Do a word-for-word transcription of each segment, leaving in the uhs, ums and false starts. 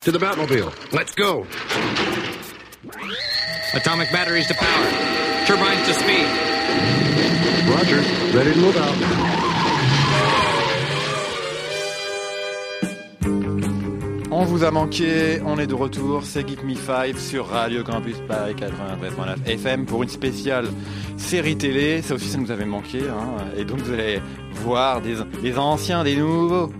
To the Batmobile. Let's go. Atomic batteries to power. Turbines to speed. Roger. Ready to move out. On vous a manqué, on est de retour, c'est Geek Me five sur Radio Campus Paris quatre-vingt-treize point neuf F M pour une spéciale série télé. Ça aussi, ça nous avait manqué, hein. Et donc vous allez voir des, des anciens, des nouveaux.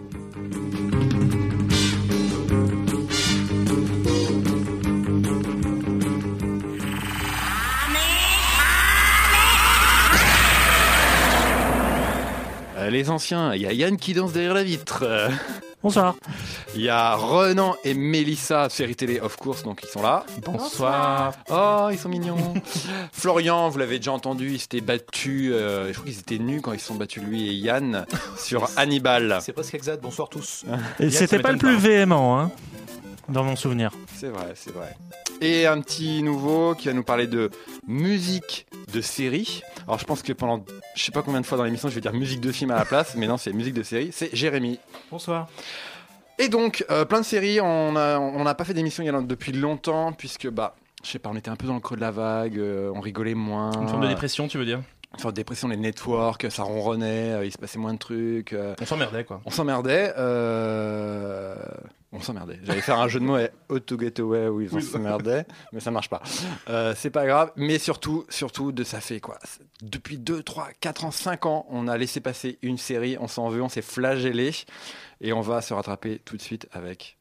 Les anciens, il y a Yann qui danse derrière la vitre. Bonsoir. Il y a Renan et Mélissa, série télé of course, donc ils sont là. Bonsoir. Oh, ils sont mignons. Florian, vous l'avez déjà entendu, ils s'étaient battus, euh, je crois qu'ils étaient nus quand ils se sont battus, lui et Yann, sur Hannibal. C'est presque exact, bonsoir tous. Et c'était pas le plus véhément, hein, dans mon souvenir. C'est vrai, c'est vrai. Et un petit nouveau qui va nous parler de musique de série. Alors je pense que pendant je sais pas combien de fois dans l'émission je vais dire musique de film à la place, mais non, c'est musique de série. C'est Jérémy. Bonsoir. Et donc euh, plein de séries. On a on n'a pas fait d'émission il y a depuis longtemps puisque bah je sais pas, on était un peu dans le creux de la vague, euh, on rigolait moins. Une forme de dépression, tu veux dire? Une forme de dépression, les networks, ça ronronnait, euh, il se passait moins de trucs. Euh, on s'emmerdait quoi. On s'emmerdait. Euh... On s'emmerdait. J'allais faire un jeu de mots avec How to Get Away où ils oui, s'emmerdaient, mais ça marche pas. Euh, c'est pas grave. Mais surtout, surtout, de ça fait quoi. Depuis deux, trois, quatre ans, cinq ans, on a laissé passer une série, on s'en veut, on s'est flagellé. Et on va se rattraper tout de suite avec...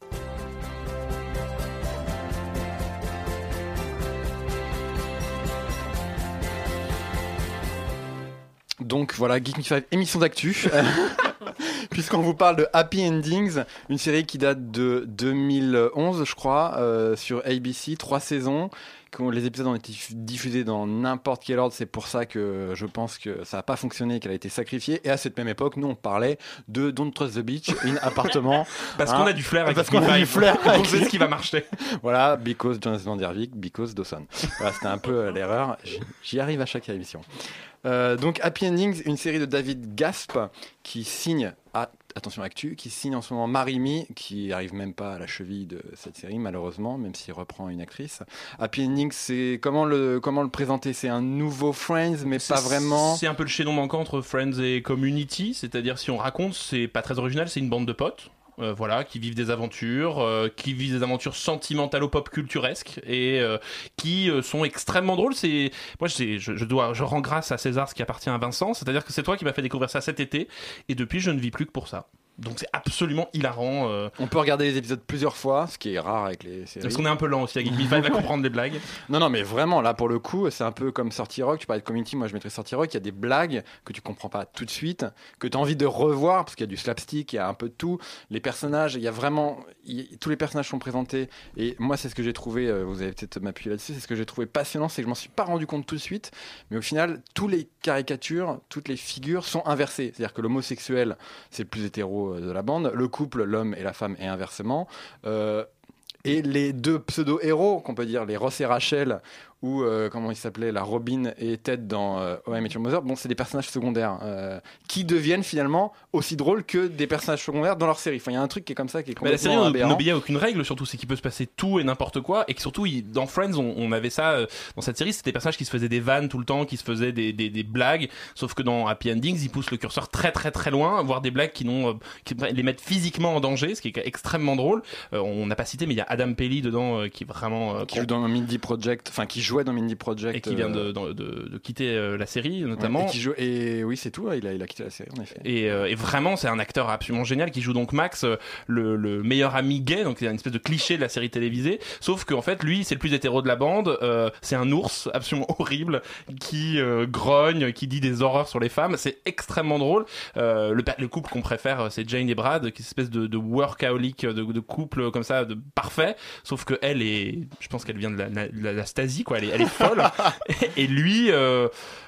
Donc voilà, Geek Me five, émission d'actu. Puisqu'on vous parle de Happy Endings, une série qui date de deux mille onze, je crois, euh, sur A B C, trois saisons. Les épisodes ont été diffusés dans n'importe quel ordre, c'est pour ça que je pense que ça n'a pas fonctionné, qu'elle a été sacrifiée. Et à cette même époque, nous on parlait de Don't Trust the Beach, in appartement. Parce hein, qu'on a du flair avec parce qu'on a du flair. On sait ce qui va marcher. Voilà, because Jonathan Van Der Beek, because Dawson. Voilà, c'était un peu euh, l'erreur. J'y arrive à chaque émission. Euh, donc Happy Endings, une série de David Gasp qui signe, à, attention actu, qui signe en ce moment Marimi, qui arrive même pas à la cheville de cette série malheureusement, même s'il reprend une actrice. Happy Endings, c'est comment le comment le présenter? C'est un nouveau Friends, mais c'est, pas vraiment. C'est un peu le chaînon manquant entre Friends et Community, c'est-à-dire si on raconte, c'est pas très original, c'est une bande de potes. Euh, voilà, qui vivent des aventures, euh, qui vivent des aventures sentimentalo-pop culturesques et euh, qui euh, sont extrêmement drôles. C'est moi, je, je dois, je rends grâce à César, ce qui appartient à Vincent. C'est-à-dire que c'est toi qui m'as fait découvrir ça cet été, et depuis, je ne vis plus que pour ça. Donc c'est absolument hilarant. Euh... On peut regarder les épisodes plusieurs fois, ce qui est rare avec les séries. Parce qu'on est un peu lent aussi avec Geek Me five à comprendre les blagues. Non, non, mais vraiment, là, pour le coup, c'est un peu comme Sorty Rock. Tu parlais de Community, moi je mettrais Sorty Rock. Il y a des blagues que tu comprends pas tout de suite, que tu as envie de revoir, parce qu'il y a du slapstick, il y a un peu de tout. Les personnages, il y a vraiment... Il... Tous les personnages sont présentés. Et moi, c'est ce que j'ai trouvé, euh, vous allez peut-être m'appuyer là-dessus, c'est ce que j'ai trouvé passionnant, c'est que je m'en suis pas rendu compte tout de suite. Mais au final, tous les caricatures, toutes les figures sont inversées. C'est-à-dire que l'homosexuel, c'est le plus hétéro de la bande. Le couple, l'homme et la femme, et inversement. Euh, et les deux pseudo-héros, qu'on peut dire, les Ross et Rachel, ou euh, comment ils s'appelaient, la Robin et Ted dans euh, How I Met Your Mother, bon, c'est des personnages secondaires euh, qui deviennent finalement aussi drôles que des personnages secondaires dans leur série. Enfin, il y a un truc qui est comme ça, qui est complètement aberrant. La série n'obéit à aucune règle, surtout, c'est qu'il peut se passer tout et n'importe quoi, et que surtout, il, dans Friends, on, on avait ça, euh, dans cette série, c'était des personnages qui se faisaient des vannes tout le temps, qui se faisaient des, des, des blagues, sauf que dans Happy Endings, ils poussent le curseur très très très loin, voire des blagues qui, n'ont, euh, qui les mettent physiquement en danger, ce qui est extrêmement drôle. Euh, on n'a pas cité, mais il y a Adam Pelly dedans, euh, qui est vraiment... Euh, qui joue dans Mindy Project, enfin, qui jouait dans Mindy Project. Et qui vient de, de, de, de quitter euh, la série, notamment. Ouais, et, qui joue, et oui, c'est tout, il a, il a quitté la série, en effet. Et, euh, et vraiment, c'est un acteur absolument génial qui joue donc Max, euh, le, le meilleur ami gay, donc c'est une espèce de cliché de la série télévisée. Sauf qu'en fait, lui, c'est le plus hétéro de la bande. Euh, c'est un ours absolument horrible qui euh, grogne, qui dit des horreurs sur les femmes. C'est extrêmement drôle. Euh, le, le couple qu'on préfère, c'est Jane et Brad, qui est une espèce de, de workaholic, de, de couple comme ça, de parfait. Sauf que elle est, je pense qu'elle vient de la, la, la Stasi, quoi. Elle est, elle est folle. et, et lui, euh,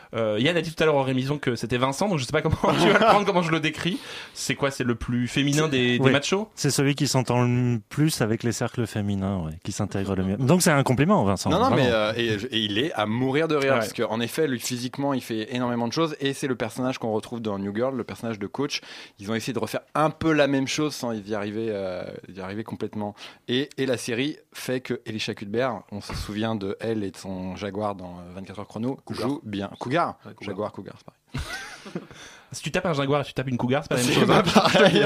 Euh, Yann a dit tout à l'heure en rémission que c'était Vincent, donc je sais pas comment tu vas le prendre, comment je le décris. C'est quoi, c'est le plus féminin des, des Oui. machos? C'est celui qui s'entend le plus avec les cercles féminins, ouais, qui s'intègre le mieux. Donc c'est un compliment, Vincent. Non, non, vraiment. mais euh, et, et il est à mourir de rire Ouais. parce qu'en effet, lui physiquement, il fait énormément de choses et c'est le personnage qu'on retrouve dans New Girl, le personnage de coach. Ils ont essayé de refaire un peu la même chose sans y arriver, euh, y arriver complètement. Et, et la série fait que Elisha Cuthbert, on se souvient de elle et de son Jaguar dans euh, vingt-quatre heures chrono, Cougar. joue bien. Cougar, Ouais, Cougar. Jaguar, Cougar, c'est pareil. Si tu tapes un jaguar et tu tapes une cougar, c'est pas la même C'est chose. pas hein. pareil.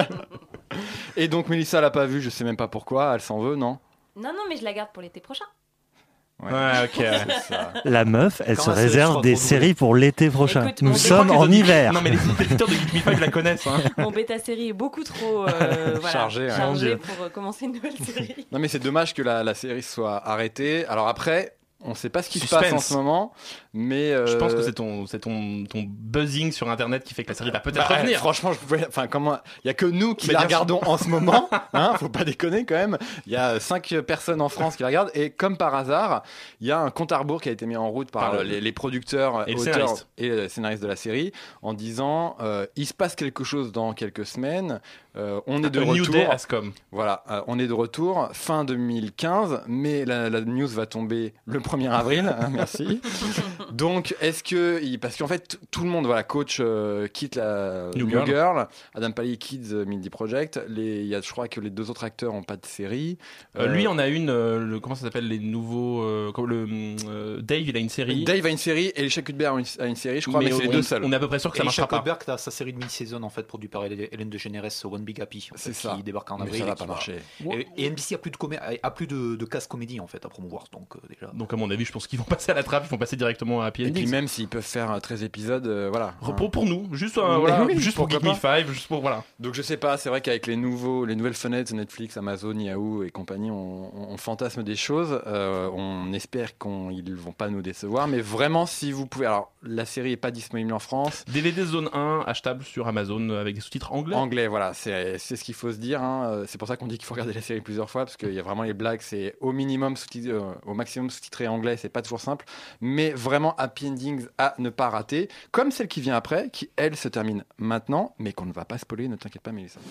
Et donc Mélissa l'a pas vu, je sais même pas pourquoi, elle s'en veut, non? Non, non, mais je la garde pour l'été prochain. Ouais, Ouais, ok. c'est ça. La meuf, elle Quand se elle se laisse réserve pas des trop séries pour l'été prochain. Écoute, Nous mon sommes Je crois en que les auditeurs- hiver. Non, mais les éditeurs de Geek Me Five la connaissent. Hein. Mon bêta série est beaucoup trop euh, voilà, Chargée, ouais. Mon chargée Dieu. pour euh, commencer une nouvelle série. Non mais c'est dommage que la, la série soit arrêtée. Alors après, on sait pas ce qui se Suspense. passe en ce moment, mais euh, Je pense que c'est ton, c'est ton, ton buzzing sur internet qui fait que la série va peut-être bah, revenir. Franchement, je pouvais, enfin comment, il y a que nous qui Mais la bien sûr. regardons en ce moment, hein, faut pas déconner quand même. Il y a cinq personnes en France qui la regardent et comme par hasard, il y a un compte à rebours qui a été mis en route par, Par le- les, les producteurs, et le auteurs scénariste. et le scénariste de la série en disant euh, il se passe quelque chose dans quelques semaines. Euh, on est de The New retour. Day Ascom. Voilà, euh, on est de retour fin deux mille quinze, mais la, la news va tomber le premier avril, hein, merci. Donc, est-ce que, il- parce qu'en fait, t- tout le monde, voilà, coach euh, quitte la New New, Girl. Girl. Adam Pally quitte The Mindy Project, les, il y a, je crois que les deux autres acteurs n'ont pas de série. Euh, Euh, lui, on a une. euh, le, comment ça s'appelle? Les nouveaux. euh, comme le, euh, Dave, il a une série. Dave a une série et Elisha Cuthbert a une, a une série, je crois, mais, c'est les on, deux seuls. on est à peu près sûr que ça Elisha marchera pas. Cuthbert qui a sa série de mini-saison en fait produite par Hélène DeGeneres, One Big Happy, en C'est fait, ça. qui débarque en Mais avril. ça et va qui pas marcher. Et, et N B C a plus de comé- a plus de, de casse comédie en fait à promouvoir, donc euh, déjà. Donc, à mon avis, je pense qu'ils vont passer à la trappe, ils vont passer directement à Happy Et puis Endings. même s'ils peuvent faire euh, treize épisodes, euh, voilà. hein. Pour, pour nous, juste, euh, Mais voilà, oui, juste pour Geek Me pourquoi Five, juste pour. Voilà. Donc je sais pas, c'est vrai qu'avec les nouveaux, les nouvelles fenêtres Netflix, Amazon, Yahoo et compagnie, on, on- on fantasme des choses. Euh, on espère qu'ils vont pas nous décevoir, mais vraiment si vous pouvez, alors la série est pas disponible en France. D V D Zone un, achetable sur Amazon avec des sous-titres anglais. Anglais, voilà, c'est c'est ce qu'il faut se dire. hein. Euh, C'est pour ça qu'on dit qu'il faut regarder la série plusieurs fois, parce qu'il y a vraiment les blagues, c'est au minimum sous-titré, euh, au maximum sous-titré anglais, c'est pas toujours simple, mais vraiment Happy Endings à ne pas rater, comme celle qui vient après, qui elle se termine maintenant, mais qu'on ne va pas spoiler, ne t'inquiète pas, Mélissa.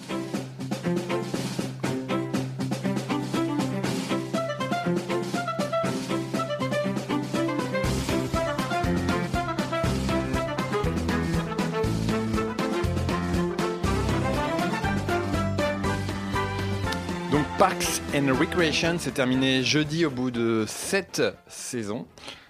Donc Parks and Recreation s'est terminé jeudi au bout de sept saisons.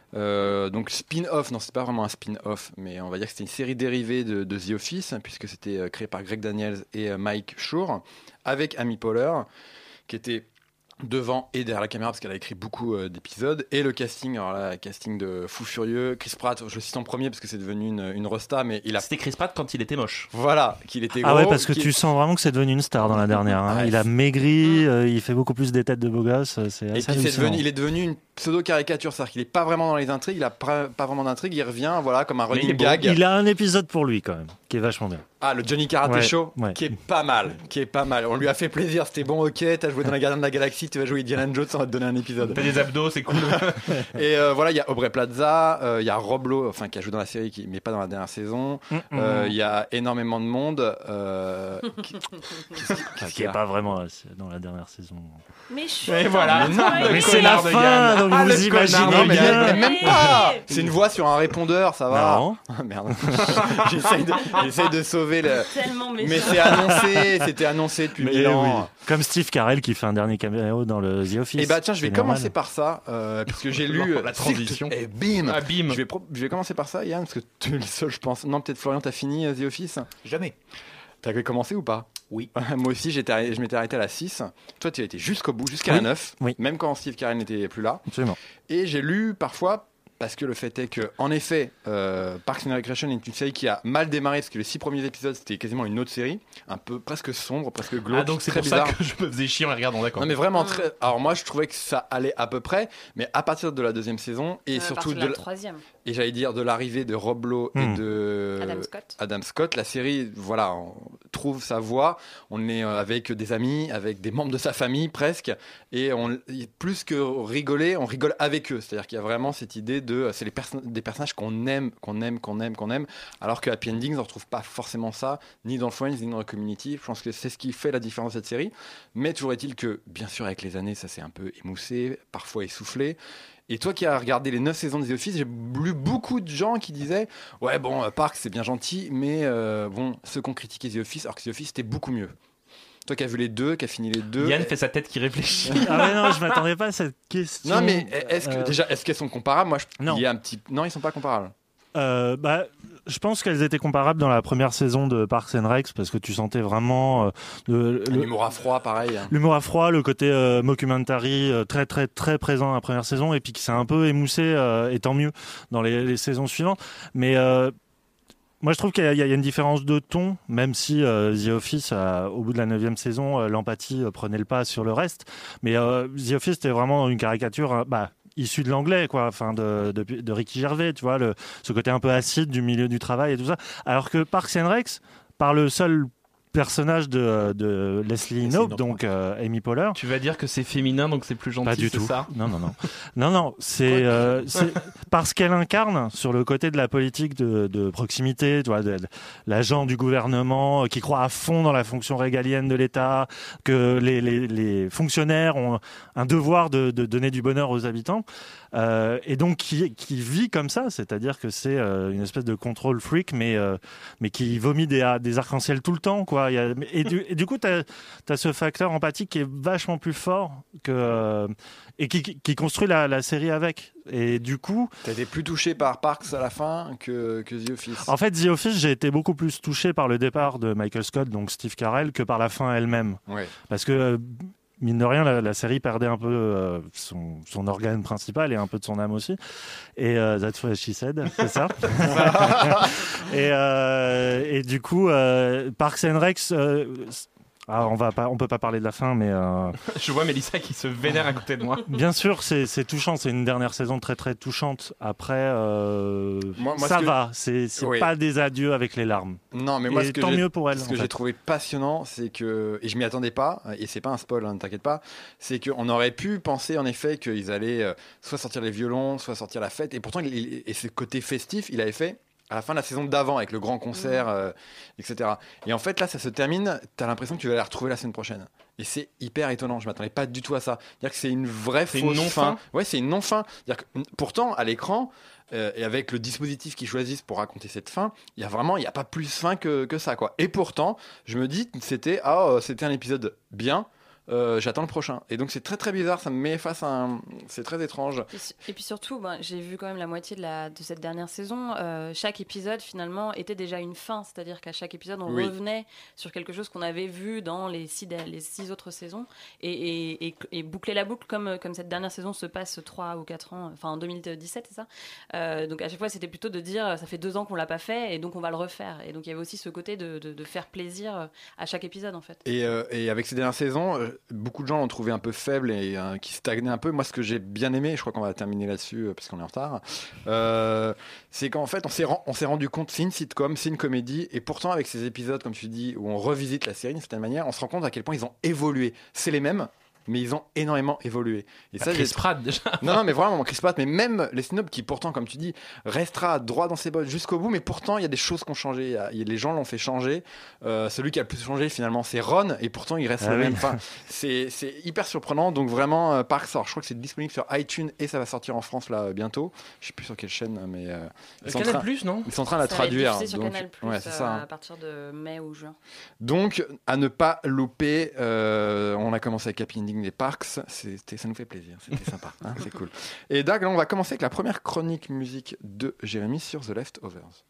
Euh, donc spin-off, non c'est pas vraiment un spin-off, mais on va dire que c'était une série dérivée de, de The Office, hein, puisque c'était euh, créé par Greg Daniels et euh, Mike Schur, avec Amy Poehler, qui était devant et derrière la caméra parce qu'elle a écrit beaucoup euh, d'épisodes, et le casting, alors là, casting de fou furieux. Chris Pratt, je le cite en premier parce que c'est devenu une, une rosta, mais il a C'était Chris Pratt quand il était moche. voilà qu'il était gros. Ah ouais, parce que qu'il- tu sens vraiment que c'est devenu une star dans la dernière. hein. Ouais. Il a maigri, euh, il fait beaucoup plus des têtes de beau gosse. euh, C'est Et assez puis c'est hallucinant. devenu, il est devenu une pseudo-caricature, c'est-à-dire qu'il est pas vraiment dans les intrigues, il a pas, pas vraiment d'intrigue, il revient voilà comme un Mais il est running beau. gag. Il a un épisode pour lui quand même, qui est vachement bien. Ah, le Johnny Karate Ouais, Show, ouais. qui est pas mal, qui est pas mal. On lui a fait plaisir, c'était bon, ok, t'as joué dans la Gardien de la Galaxie, tu vas jouer Indiana Jones, on va te donner un épisode. T'as des abdos, c'est cool. Et euh, voilà, il y a Aubrey Plaza, euh, il y a Rob Lowe, enfin qui a joué dans la série, qui, mais pas dans la dernière saison. Mm, mm, Euh, mm. Il y a énormément de monde. Euh, qui, qu'est-ce qui- qu'est-ce Qui qu'il y est a pas vraiment euh, dans la dernière saison. Mais je Et voilà. Mais non, Le Mais c'est la connard de fin, Yann. donc Ah, le vous connard, imaginez non, mais bien. elle- même pas. C'est une voix sur un répondeur, ça va. Non. Ah, merde. J'essaye de, j'essaye de sauver le. tellement méchant. Mais c'est annoncé, c'était annoncé depuis Mais mille oui. ans. Comme Steve Carell qui fait un dernier caméo dans le The Office. Et bah tiens, je vais C'est normal. commencer par ça, euh, puisque j'ai lu La transition. Et bim. Ah, bim. Je vais, pro- je vais commencer par ça, Yann, parce que tu es le seul, je pense. Non, peut-être Florian, t'as fini euh, The Office. Jamais. T'avais commencé ou pas? Oui. Moi aussi, j'étais, arrêté- je m'étais arrêté à la six. Toi, tu as été jusqu'au bout, jusqu'à Oui. la neuf, Oui. même quand Steve Carell n'était plus là. Absolument. Et j'ai lu parfois, parce que le fait est que, en effet, euh, Parks and Recreation est une série qui a mal démarré, parce que les six premiers épisodes, c'était quasiment une autre série, un peu presque sombre, presque glauque, Ah, donc c'est très pour bizarre. ça que je me faisais chier en les regardant, d'accord. Non mais vraiment très. Alors moi je trouvais que ça allait à peu près, mais à partir de la deuxième saison et Euh, à surtout partir de la la- troisième. et j'allais dire de l'arrivée de Rob Lowe Hmm. et de Adam Scott. Adam Scott, la série voilà en- trouve sa voie. On est euh, avec des amis, avec des membres de sa famille presque, et on, plus que rigoler, on rigole avec eux. C'est-à-dire qu'il y a vraiment cette idée de, c'est les perso- des personnages qu'on aime, qu'on aime, qu'on aime, qu'on aime, alors que Happy Endings, on ne retrouve pas forcément ça, ni dans Friends, ni dans Community. Je pense que c'est ce qui fait la différence de cette série. Mais toujours est-il que, bien sûr, avec les années, ça s'est un peu émoussé, parfois essoufflé. Et toi qui as regardé les neuf saisons de The Office, j'ai lu beaucoup de gens qui disaient ouais bon euh, Parks c'est bien gentil, mais euh, bon ceux qui ont critiqué The Office, alors que The Office c'était beaucoup mieux. Toi qui as vu les deux, qui as fini les deux. Yann et... fait sa tête qui réfléchit. Ah ouais, non, je m'attendais pas à cette question. Non mais est-ce que Euh, déjà est-ce qu'elles sont comparables? Moi je... Non. il y a un petit non ils sont pas comparables. Euh, bah, je pense qu'elles étaient comparables dans la première saison de Parks and Rec parce que tu sentais vraiment euh, le, le- L'humour à froid pareil. l'humour à froid, le côté euh, mockumentary euh, très très très présent dans la première saison et puis qui s'est un peu émoussé euh, et tant mieux dans les, les saisons suivantes. Mais euh, moi je trouve qu'il y a, il y a une différence de ton, même si euh, The Office, euh, au bout de la neuvième saison, euh, l'empathie euh, prenait le pas sur le reste. Mais euh, The Office c'était vraiment une caricature, euh, bah issu de l'anglais, quoi, enfin de, de, de Ricky Gervais, tu vois, le, ce côté un peu acide du milieu du travail et tout ça. Alors que Parks and Rec, par le seul personnage de, de Leslie Knope, Knope, donc euh, Amy Poehler. Tu vas dire que c'est féminin, donc c'est plus gentil, Pas du c'est tout. ça? Non, non, non. non, non. C'est, euh, c'est parce qu'elle incarne sur le côté de la politique de, de proximité, tu vois, de, de l'agent du gouvernement euh, qui croit à fond dans la fonction régalienne de l'État, que les, les, les fonctionnaires ont un devoir de, de donner du bonheur aux habitants, euh, et donc qui, qui vit comme ça, c'est-à-dire que c'est euh, une espèce de control freak, mais euh, mais qui vomit des, des arcs-en-ciel tout le temps, quoi. Il y a, et, du, et du coup, tu as ce facteur empathique qui est vachement plus fort que, euh, et qui, qui construit la, la série avec. Et du coup... T'as été plus touché par Parks à la fin que, que The Office. En fait, The Office, j'ai été beaucoup plus touché par le départ de Michael Scott, donc Steve Carell, que par la fin elle-même. Ouais. Parce que... euh, mine de rien, la, la série perdait un peu euh, son, son organe principal et un peu de son âme aussi. Et euh, that's what she said, c'est ça. et, euh, et du coup, euh, Parks and Rec, euh, ah, on va pas, on peut pas parler de la fin, mais euh, Je vois Mélissa qui se vénère à côté de moi. bien sûr, c'est, c'est touchant. C'est une dernière saison très très touchante. Après, euh, Moi- moi, ça ce que- va. C'est, c'est Oui. pas des adieux avec les larmes. Non mais moi Et ce que tant j'ai- mieux pour elle. Ce en que fait. j'ai trouvé passionnant, c'est que, et je m'y attendais pas, et c'est pas un spoil, hein, ne t'inquiète pas, c'est qu'on aurait pu penser en effet qu'ils allaient euh, soit sortir les violons, soit sortir la fête, et pourtant, il- il- et ce côté festif, il avait fait à la fin de la saison d'avant, avec le grand concert, euh, et cetera. Et en fait, là, ça se termine, t'as l'impression que tu vas la retrouver la semaine prochaine. Et c'est hyper étonnant, je m'attendais pas du tout à ça. C'est-à-dire que c'est une vraie C'est fausse une non-fin. fin. Ouais, c'est une non-fin. C'est-à-dire que, pourtant, à l'écran, euh, et avec le dispositif qu'ils choisissent pour raconter cette fin, il y a vraiment, il n'y a pas plus fin que, que ça, quoi. Et pourtant, je me dis, c'était, ah, euh, c'était un épisode bien, euh, j'attends le prochain. Et donc, c'est très très bizarre, ça me met face à un. C'est très étrange. Et su- Et puis surtout, ben, j'ai vu quand même la moitié de, la, de cette dernière saison. Euh, chaque épisode, finalement, était déjà une fin. C'est-à-dire qu'à chaque épisode, on Oui. revenait sur quelque chose qu'on avait vu dans les six, les six autres saisons. Et, et, et, et boucler la boucle, comme, comme cette dernière saison se passe trois ou quatre ans, enfin en deux mille dix-sept, c'est ça. Euh, donc à chaque fois, c'était plutôt de dire, ça fait deux ans qu'on l'a pas fait, et donc on va le refaire. Et donc il y avait aussi ce côté de, de, de faire plaisir à chaque épisode, en fait. Et, euh, et avec ces dernières saisons, euh, beaucoup de gens l'ont trouvé un peu faible et euh, qui stagnait un peu. Moi, ce que j'ai bien aimé, je crois qu'on va terminer là-dessus euh, parce qu'on est en retard, euh, c'est qu'en fait, on s'est, ren- on s'est rendu compte, c'est une sitcom, c'est une comédie, et pourtant, avec ces épisodes, comme tu dis, où on revisite la série d'une certaine manière, on se rend compte à quel point ils ont évolué. C'est les mêmes, mais ils ont énormément évolué. Et ça, j'ai Chris Pratt, déjà. Non, non, mais vraiment, Chris Pratt, mais même les snobs qui, pourtant, comme tu dis, restera droit dans ses bottes jusqu'au bout, mais pourtant, il y a des choses qui ont changé. Il y a- il y a- les gens l'ont fait changer. Euh, celui qui a le plus changé, finalement, c'est Ron, et pourtant, il reste Ah le oui. même. Enfin, c'est, c'est hyper surprenant. Donc, vraiment, euh, Parks, alors, je crois que c'est disponible sur iTunes et ça va sortir en France, là, bientôt. Je sais plus sur quelle chaîne, mais euh, ils, sont en Canal train, Plus, non? ils sont en train de la Ça va être traduire. diffusé sur Donc, Canal+, ouais, c'est ça. hein. à partir de mai ou juin. Donc, à ne pas louper, euh, on a commencé avec Happy Ending des Parks, c'était, ça nous fait plaisir, c'était sympa, hein, c'est cool. Et Dag, là, on va commencer avec la première chronique musique de Jérémy sur The Leftovers.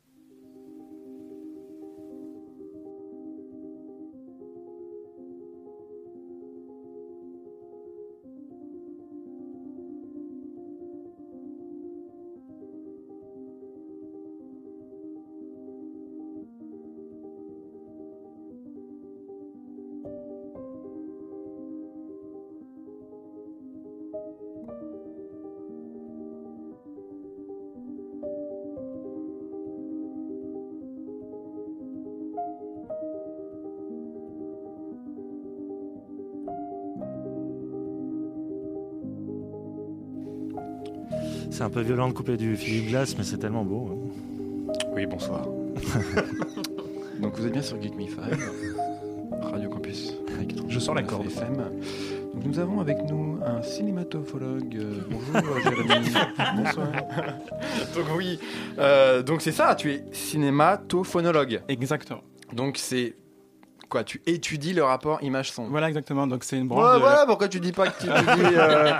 C'est un peu violent de couper du Philippe Glass, mais c'est tellement beau. Hein. Oui, bonsoir. Donc vous êtes bien sur Geek Me Five, Radio Campus. Je sens la corde. F M. Donc nous avons avec nous un cinématophologue. Euh, bonjour Jérémy. Bonsoir. Donc oui, euh, donc c'est ça, tu es cinématophonologue. Exactement. Donc c'est quoi, tu étudies le rapport image-son. Voilà, exactement. Donc c'est une branche. Ouais, de... voilà, pourquoi tu dis pas que tu étudies euh...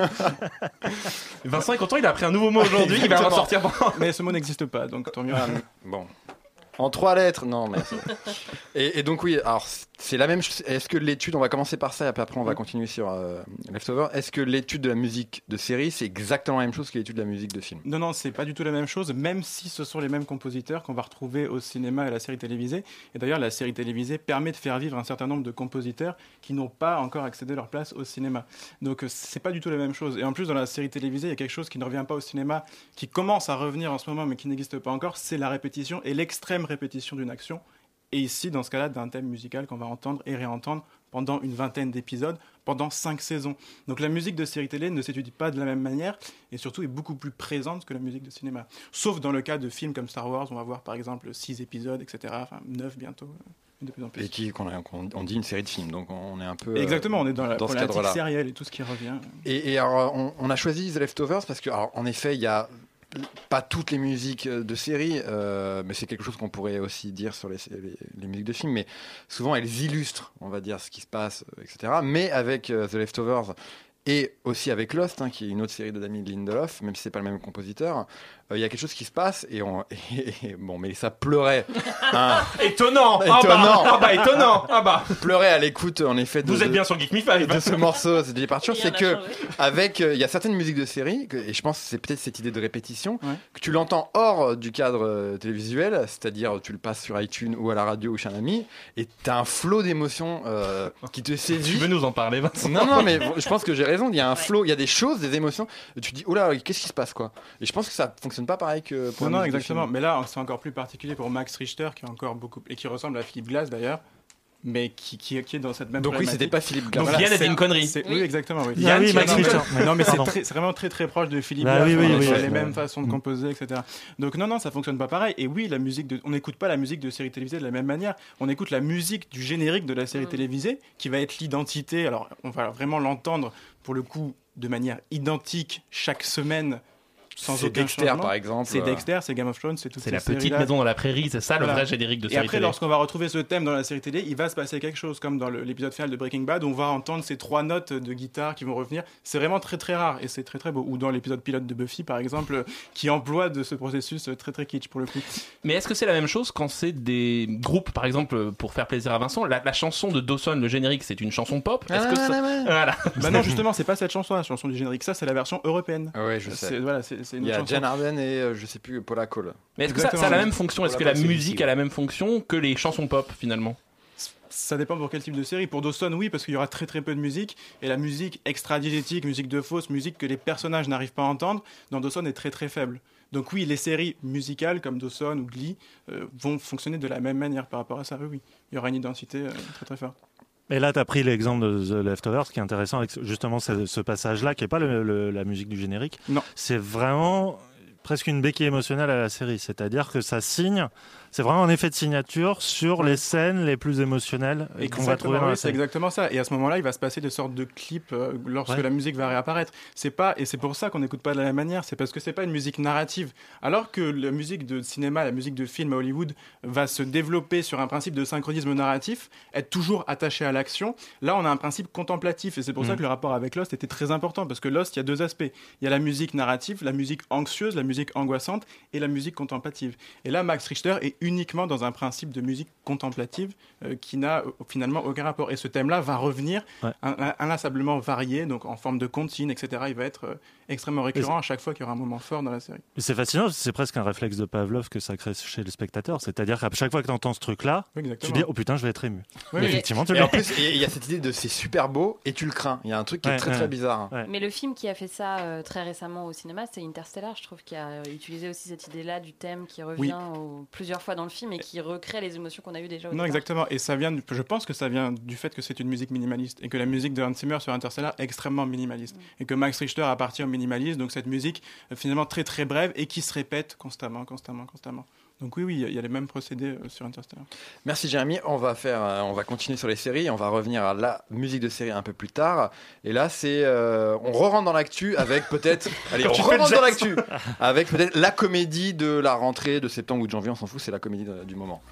Vincent est content, il a appris un nouveau mot aujourd'hui, il va en sortir. Mais ce mot n'existe pas, donc tant mieux. Bon. En trois lettres, non, mais. et, et donc, oui, alors, c'est la même chose. Est-ce que l'étude, on va commencer par ça, et puis après, on va continuer sur euh, Leftover. Est-ce que l'étude de la musique de série, c'est exactement la même chose que l'étude de la musique de film ? Non, non, c'est pas du tout la même chose, même si ce sont les mêmes compositeurs qu'on va retrouver au cinéma et à la série télévisée. Et d'ailleurs, la série télévisée permet de faire vivre un certain nombre de compositeurs qui n'ont pas encore accédé leur place au cinéma. Donc, c'est pas du tout la même chose. Et en plus, dans la série télévisée, il y a quelque chose qui ne revient pas au cinéma, qui commence à revenir en ce moment, mais qui n'existe pas encore, c'est la répétition et l'extrême répétition d'une action, et ici, dans ce cas-là, d'un thème musical qu'on va entendre et réentendre pendant une vingtaine d'épisodes, pendant cinq saisons. Donc la musique de série télé ne s'étudie pas de la même manière, et surtout est beaucoup plus présente que la musique de cinéma. Sauf dans le cas de films comme Star Wars, on va voir par exemple six épisodes, et cetera, enfin neuf bientôt, de plus en plus. Et qui, qu'on a, qu'on, on dit une série de films, donc on est un peu... Exactement, on est dans la dans problématique sérielle et tout ce qui revient. Et, et alors, on, on a choisi The Leftovers parce que, alors, en effet, il y a pas toutes les musiques de série, euh, mais c'est quelque chose qu'on pourrait aussi dire sur les, les, les musiques de films, mais souvent elles illustrent, on va dire, ce qui se passe, et cetera. Mais avec euh, The Leftovers et aussi avec Lost, hein, qui est une autre série de Damien Lindelof, même si c'est pas le même compositeur, il euh, y a quelque chose qui se passe et, on, et, et bon, mais ça pleurait. Hein. Étonnant, étonnant, ah bah, ah bah étonnant, ah bah. Pleurait à l'écoute, en effet. De, Vous êtes de, bien sur Geek Me Five. De ce morceau, cette départure, c'est que changé. avec, il euh, y a certaines musiques de série, que, et je pense que c'est peut-être cette idée de répétition, ouais. que tu l'entends hors du cadre euh, télévisuel, c'est-à-dire tu le passes sur iTunes ou à la radio ou chez un ami, et t'as un flot d'émotions euh, qui te séduit. Tu veux nous en parler, Vincent ? Non, non, mais je pense que j'ai raison. Il y a un flot, il y a des choses, des émotions. Tu te dis, oula, qu'est-ce qui se passe, quoi ? Et je pense que ça fonctionne pas pareil que pour Non, la non, musique de exactement. film. Mais là, c'est encore plus particulier pour Max Richter, qui est encore beaucoup et qui ressemble à Philippe Glass d'ailleurs, mais qui, qui, qui est dans cette même Donc oui, problématique. c'était pas Philippe Glass. Donc Voilà, Yann était c'est- une connerie. C'est- Oui. Oui, exactement. Oui. Ah Yann, oui, tu Max as- Richter. Mais non, mais c'est, Pardon. très- c'est vraiment très très proche de Philippe Bah Glass. oui, oui, on oui, a oui. les mêmes Ouais. façons de composer, et cetera. Donc non, non, ça fonctionne pas pareil. Et oui, la musique de, on n'écoute pas la musique de série télévisée de la même manière. On écoute la musique du générique de la série Mm. télévisée, qui va être l'identité. Alors, on va vraiment l'entendre pour le coup de manière identique chaque semaine, sans C'est aucun Dexter, changement. par exemple. C'est Dexter, c'est Game of Thrones, c'est toutes C'est ces la petite séries-là. maison dans la prairie, c'est ça le Voilà. vrai générique de Et série après, télé. lorsqu'on va retrouver ce thème dans la série télé, il va se passer quelque chose, comme dans le- l'épisode final de Breaking Bad, où on va entendre ces trois notes de guitare qui vont revenir. C'est vraiment très très rare, et c'est très très beau. Ou dans l'épisode pilote de Buffy, par exemple, qui emploie de ce processus très très kitsch pour le coup. Mais est-ce que c'est la même chose quand c'est des groupes, par exemple, pour faire plaisir à Vincent, la, la chanson de Dawson, le générique, c'est une chanson pop. Est-ce que ça... Voilà. Bah non, justement, c'est pas cette chanson, la chanson du générique. Ça, c'est la version européenne. Ah ouais, je sais. C'est, voilà, c'est, c'est une Il y a chanson. Jan Arden et euh, je sais plus Paula Cole. Mais est-ce que ça, ça a la Exactement. même fonction? Est-ce Pour que la la base, c'est musique ici, a ouais. la même fonction que les chansons pop finalement? Ça dépend pour quel type de série. Pour Dawson, oui, parce qu'il y aura très très peu de musique. Et la musique extra-diégétique, musique de fausse, musique que les personnages n'arrivent pas à entendre, dans Dawson est très très faible. Donc oui, les séries musicales comme Dawson ou Glee euh, vont fonctionner de la même manière par rapport à ça. Oui, oui. Il y aura une identité euh, très très forte. Et là, tu as pris l'exemple de The Leftovers, ce qui est intéressant avec justement ce, ce passage-là, qui n'est pas le- le- la musique du générique. Non. C'est vraiment presque une béquille émotionnelle à la série. C'est-à-dire que ça signe, c'est vraiment un effet de signature sur les scènes les plus émotionnelles euh, qu'on va trouver dans oui, la c'est série. exactement ça. Et à ce moment-là, il va se passer des sortes de clips euh, lorsque Ouais. la musique va réapparaître. C'est pas, et c'est pour ça qu'on n'écoute pas de la même manière. C'est parce que c'est pas une musique narrative. Alors que la musique de cinéma, la musique de film à Hollywood va se développer sur un principe de synchronisme narratif, être toujours attaché à l'action. Là, on a un principe contemplatif. Et c'est pour ça Mhm. que le rapport avec Lost était très important. Parce que Lost, il y a deux aspects. Il y a la musique narrative, la musique anxieuse, la musique angoissante et la musique contemplative. Et là, Max Richter est uniquement dans un principe de musique contemplative euh, qui n'a euh, finalement aucun rapport. Et ce thème-là va revenir Ouais. in- in- inlassablement varié, donc en forme de comptine, et cetera. Il va être euh, extrêmement récurrent à chaque fois qu'il y aura un moment fort dans la série. Et c'est fascinant, c'est presque un réflexe de Pavlov que ça crée chez le spectateur. C'est-à-dire qu'à chaque fois que tu entends ce truc-là, Oui, tu exactement. dis « Oh putain, je vais être ému Oui, Et oui. effectivement, tu Et l'es. en plus, il y a cette idée de c'est super beau et tu le crains. Il y a un truc qui est Ouais, très ouais. très bizarre. Ouais. Mais le film qui a fait ça euh, très récemment au cinéma, c'est Interstellar, je trouve, qui a utilisé aussi cette idée-là du thème qui revient Oui. au- plusieurs fois fois dans le film et qui recrée les émotions qu'on a eues déjà au Non, départ. exactement. Et ça vient, du- je pense que ça vient du fait que c'est une musique minimaliste et que la musique de Hans Zimmer sur Interstellar est extrêmement minimaliste. Mm. Et que Max Richter appartient au minimalisme, donc cette musique euh, finalement très très brève et qui se répète constamment, constamment, constamment. Donc oui, oui, il y a- il y a les mêmes procédés euh, sur Interstellar. Merci Jérémy, on va faire, euh, on va continuer sur les séries, on va revenir à la musique de série un peu plus tard. Et là, c'est, euh, on re-rentre dans l'actu avec peut-être, allez, on Tu fais le re-rentre dans geste. l'actu avec peut-être la comédie de la rentrée de septembre ou de janvier, on s'en fout, c'est la comédie de- du moment.